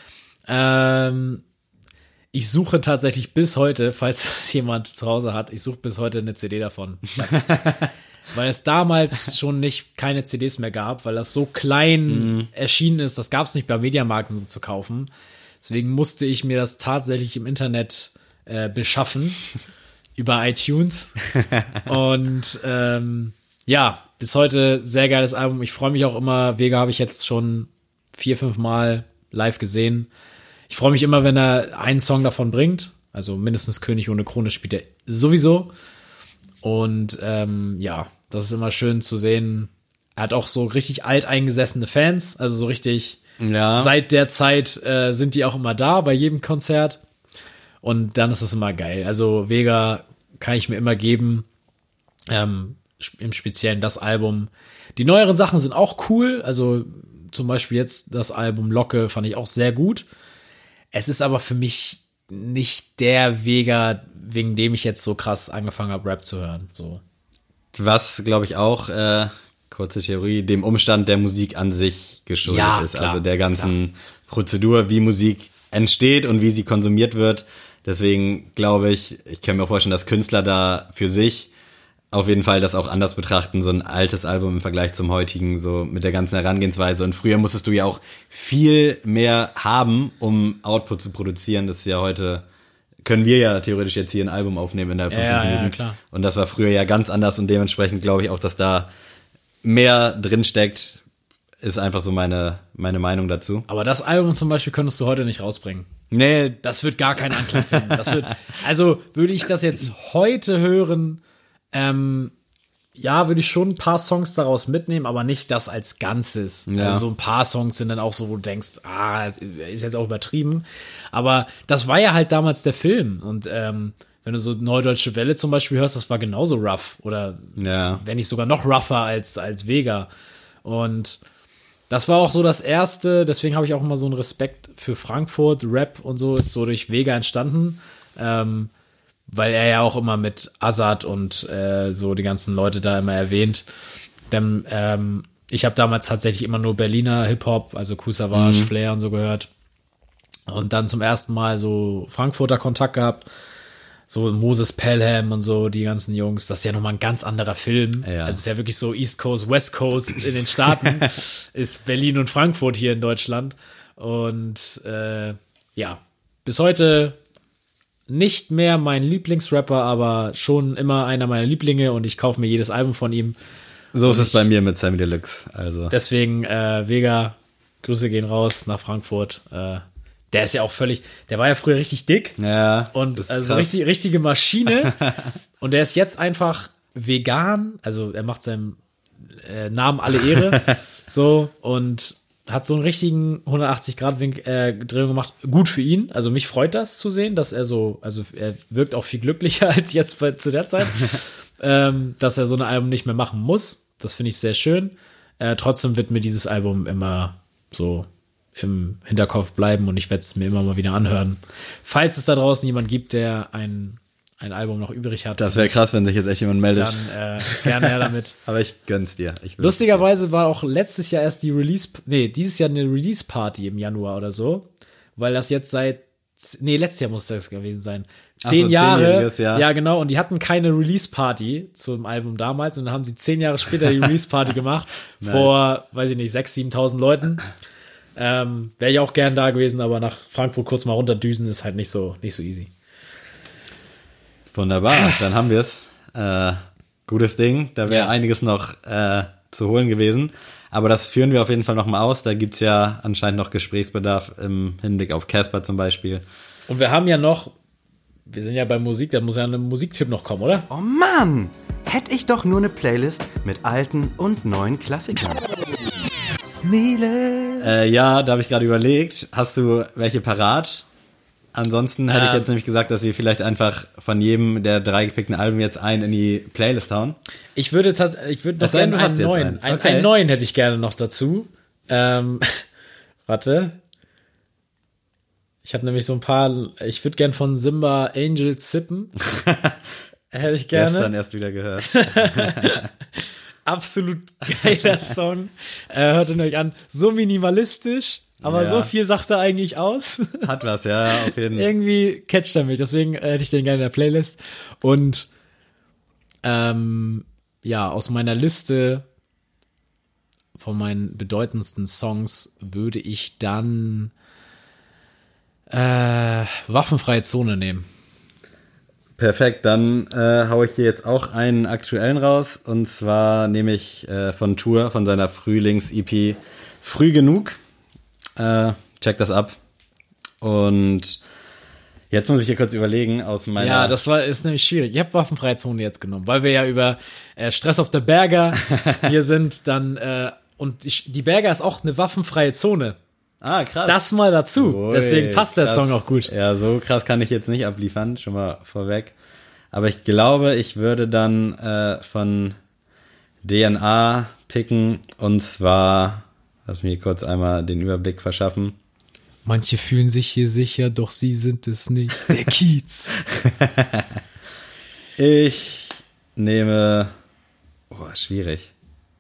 Ähm, ich suche tatsächlich bis heute, falls es jemand zu Hause hat, ich suche bis heute eine C D davon. Weil es damals schon nicht keine C Ds mehr gab, weil das so klein Mhm. erschienen ist. Das gab es nicht beim Mediamarkt und so zu kaufen. Deswegen musste ich mir das tatsächlich im Internet äh, beschaffen über iTunes. Und ähm, ja, bis heute sehr geiles Album. Ich freue mich auch immer. Vega habe ich jetzt schon vier, fünf Mal live gesehen. Ich freue mich immer, wenn er einen Song davon bringt. Also mindestens König ohne Krone spielt er sowieso. Und ähm, ja, das ist immer schön zu sehen. Er hat auch so richtig alteingesessene Fans. Also so richtig ja. seit der Zeit äh, sind die auch immer da bei jedem Konzert. Und dann ist es immer geil. Also Vega kann ich mir immer geben. Ähm, im Speziellen das Album. Die neueren Sachen sind auch cool. Also zum Beispiel jetzt das Album Locke fand ich auch sehr gut. Es ist aber für mich nicht der Vega, wegen dem ich jetzt so krass angefangen habe, Rap zu hören. So. Was, glaube ich, auch, äh, kurze Theorie, dem Umstand der Musik an sich geschuldet Ja, ist. klar, also der ganzen Prozedur, wie Musik entsteht und wie sie konsumiert wird. Deswegen glaube ich, ich kann mir auch vorstellen, dass Künstler da für sich auf jeden Fall das auch anders betrachten, so ein altes Album im Vergleich zum heutigen, so mit der ganzen Herangehensweise. Und früher musstest du ja auch viel mehr haben, um Output zu produzieren. Das ist ja heute können wir ja theoretisch jetzt hier ein Album aufnehmen innerhalb von Ja, fünf ja, Minuten. klar. Und das war früher ja ganz anders und dementsprechend glaube ich auch, dass da mehr drin steckt, ist einfach so meine, meine Meinung dazu. Aber das Album zum Beispiel könntest du heute nicht rausbringen. Nee, Das wird gar keinen Anklang finden. Das wird, also würde ich das jetzt heute hören, ähm, ja, würde ich schon ein paar Songs daraus mitnehmen, aber nicht das als Ganzes. Ja. Also so ein paar Songs sind dann auch so, wo du denkst, ah, ist jetzt auch übertrieben. Aber das war ja halt damals der Film. Und ähm, wenn du so Neudeutsche Welle zum Beispiel hörst, das war genauso rough. Oder ja. wenn nicht sogar noch rougher als, als Vega. Und das war auch so das Erste, deswegen habe ich auch immer so einen Respekt für Frankfurt, Rap und so, ist so durch Vega entstanden. Ähm, weil er ja auch immer mit Azad und äh, so die ganzen Leute da immer erwähnt. Denn ähm, ich habe damals tatsächlich immer nur Berliner Hip-Hop, also Kool Savas, Mhm. Flair und so gehört. Und dann zum ersten Mal so Frankfurter Kontakt gehabt. So Moses Pelham und so, die ganzen Jungs. Das ist ja nochmal ein ganz anderer Film. Ja. Also es ist ja wirklich so East Coast, West Coast in den Staaten. Ist Berlin und Frankfurt hier in Deutschland. Und äh, ja, bis heute nicht mehr mein Lieblingsrapper, aber schon immer einer meiner Lieblinge und ich kaufe mir jedes Album von ihm. So ist es bei mir mit Sammy Deluxe. Also. Deswegen, äh, Vega, Grüße gehen raus nach Frankfurt. Äh, der ist ja auch völlig, der war ja früher richtig dick Ja. und das ist also krass. richtig, richtige Maschine. Und der ist jetzt einfach vegan, also er macht seinem äh, Namen alle Ehre. So, und hat so einen richtigen hundertachtzig Grad äh, Drehung gemacht. Gut für ihn. Also mich freut das zu sehen, dass er so, also er wirkt auch viel glücklicher als jetzt bei, zu der Zeit, ähm, dass er so ein Album nicht mehr machen muss. Das finde ich sehr schön. Äh, trotzdem wird mir dieses Album immer so im Hinterkopf bleiben und ich werde es mir immer mal wieder anhören. Falls es da draußen jemand gibt, der ein, ein Album noch übrig hat. Das wäre krass, wenn sich jetzt echt jemand meldet. Dann äh, gerne her damit. Aber ich gönn's dir. Ich will's Lustigerweise war auch letztes Jahr erst die Release, nee, dieses Jahr eine Release-Party im Januar oder so, weil das jetzt seit, nee, letztes Jahr muss das gewesen sein. Ach so, Zehn Jahre, zehnjähriges Jahr. ja genau, und die hatten keine Release-Party zum Album damals und dann haben sie zehn Jahre später die Release-Party gemacht, vor, weiß ich nicht, sechstausend, siebentausend Leuten. Ähm, wäre ich auch gern da gewesen, aber nach Frankfurt kurz mal runterdüsen ist halt nicht so, nicht so easy. Wunderbar, dann haben wir's. Äh, gutes Ding. Da wäre Ja. einiges noch äh, zu holen gewesen. Aber das führen wir auf jeden Fall noch mal aus. Da gibt's ja anscheinend noch Gesprächsbedarf im Hinblick auf Casper zum Beispiel. Und wir haben ja noch, wir sind ja bei Musik, da muss ja ein Musiktipp noch kommen, oder? Oh Mann, hätte ich doch nur eine Playlist mit alten und neuen Klassikern. Sneele. Äh, ja, da habe ich gerade überlegt. Hast du welche parat? Ansonsten hätte ich Ähm. jetzt nämlich gesagt, dass wir vielleicht einfach von jedem der drei gepickten Alben jetzt einen in die Playlist hauen. Ich würde tatsächlich, ich würde noch Es sei denn, gerne du hast einen jetzt neuen, einen. einen, Okay. einen neuen hätte ich gerne noch dazu. Ähm, warte. Ich habe nämlich so ein paar, ich würde gerne von Simba Angels sippen. Hätte ich gerne. Gestern erst wieder gehört. Absolut geiler Song. Äh, hört ihn euch an. So minimalistisch, aber Ja. so viel sagt er eigentlich aus. Hat was, ja, auf jeden Fall. Irgendwie catcht er mich, deswegen äh, hätte ich den gerne in der Playlist. Und ähm, ja, aus meiner Liste von meinen bedeutendsten Songs würde ich dann äh, Waffenfreie Zone nehmen. Perfekt, dann äh, hau ich hier jetzt auch einen aktuellen raus. Und zwar nehme ich äh, von Tour, von seiner Frühlings-E P Früh genug. Äh, check das ab. Und jetzt muss ich hier kurz überlegen, aus meiner... Ja, das war ist nämlich schwierig. Ich habe Waffenfreie Zone jetzt genommen, weil wir ja über äh, Stress auf der Berger hier sind. Dann äh, und ich, die Berger ist auch eine waffenfreie Zone. Ah, krass. Das mal dazu. Ui, Deswegen passt der krass. Song auch gut. Ja, so krass kann ich jetzt nicht abliefern, schon mal vorweg. Aber ich glaube, ich würde dann äh, von D N A picken. Und zwar, lass mich kurz einmal den Überblick verschaffen. Manche fühlen sich hier sicher, doch sie sind es nicht. Der Kiez. Ich nehme, oh, schwierig.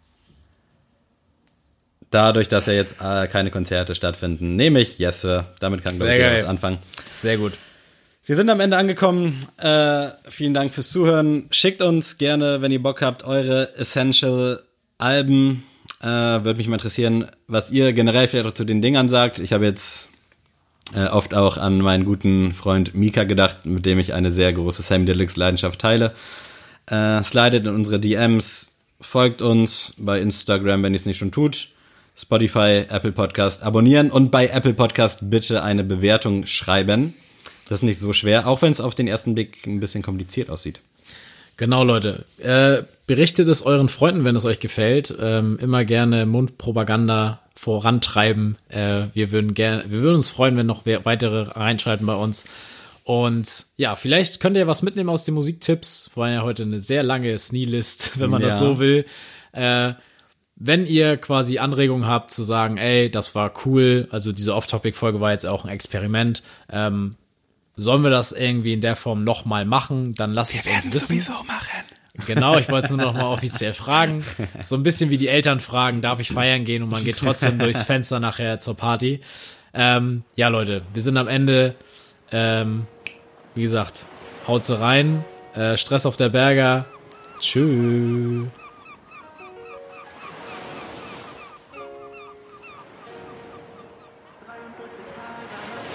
Dadurch, dass ja jetzt äh, keine Konzerte stattfinden, nehme ich Yes Sir. Damit kann, glaube ich, Sehr jeder geil. was anfangen. Sehr gut. Wir sind am Ende angekommen. Äh, vielen Dank fürs Zuhören. Schickt uns gerne, wenn ihr Bock habt, eure Essential-Alben. Äh, Würde mich mal interessieren, was ihr generell vielleicht auch zu den Dingern sagt. Ich habe jetzt äh, oft auch an meinen guten Freund Mika gedacht, mit dem ich eine sehr große Sammy Deluxe Leidenschaft teile. Äh, slidet in unsere D Ms, folgt uns bei Instagram, wenn ihr es nicht schon tut. Spotify, Apple Podcast abonnieren und bei Apple Podcast bitte eine Bewertung schreiben. Das ist nicht so schwer, auch wenn es auf den ersten Blick ein bisschen kompliziert aussieht. Genau, Leute. Äh, berichtet es euren Freunden, wenn es euch gefällt. Ähm, immer gerne Mundpropaganda vorantreiben. Äh, wir würden gerne, wir würden uns freuen, wenn noch weitere reinschalten bei uns. Und ja, vielleicht könnt ihr was mitnehmen aus den Musiktipps. War ja heute eine sehr lange Snee-List, wenn man Ja. das so will. Äh, wenn ihr quasi Anregungen habt zu sagen, ey, das war cool, also diese Off-Topic-Folge war jetzt auch ein Experiment, ähm, sollen wir das irgendwie in der Form nochmal machen, dann lasst es uns wissen. machen. Genau, ich wollte es nur noch mal offiziell fragen. So ein bisschen wie die Eltern fragen, darf ich feiern gehen? Und man geht trotzdem durchs Fenster nachher zur Party. Ähm, ja, Leute, wir sind am Ende. Ähm, wie gesagt, haut sie rein. Äh, Stress auf der Berger. Tschüss. dreiundvierzig Mal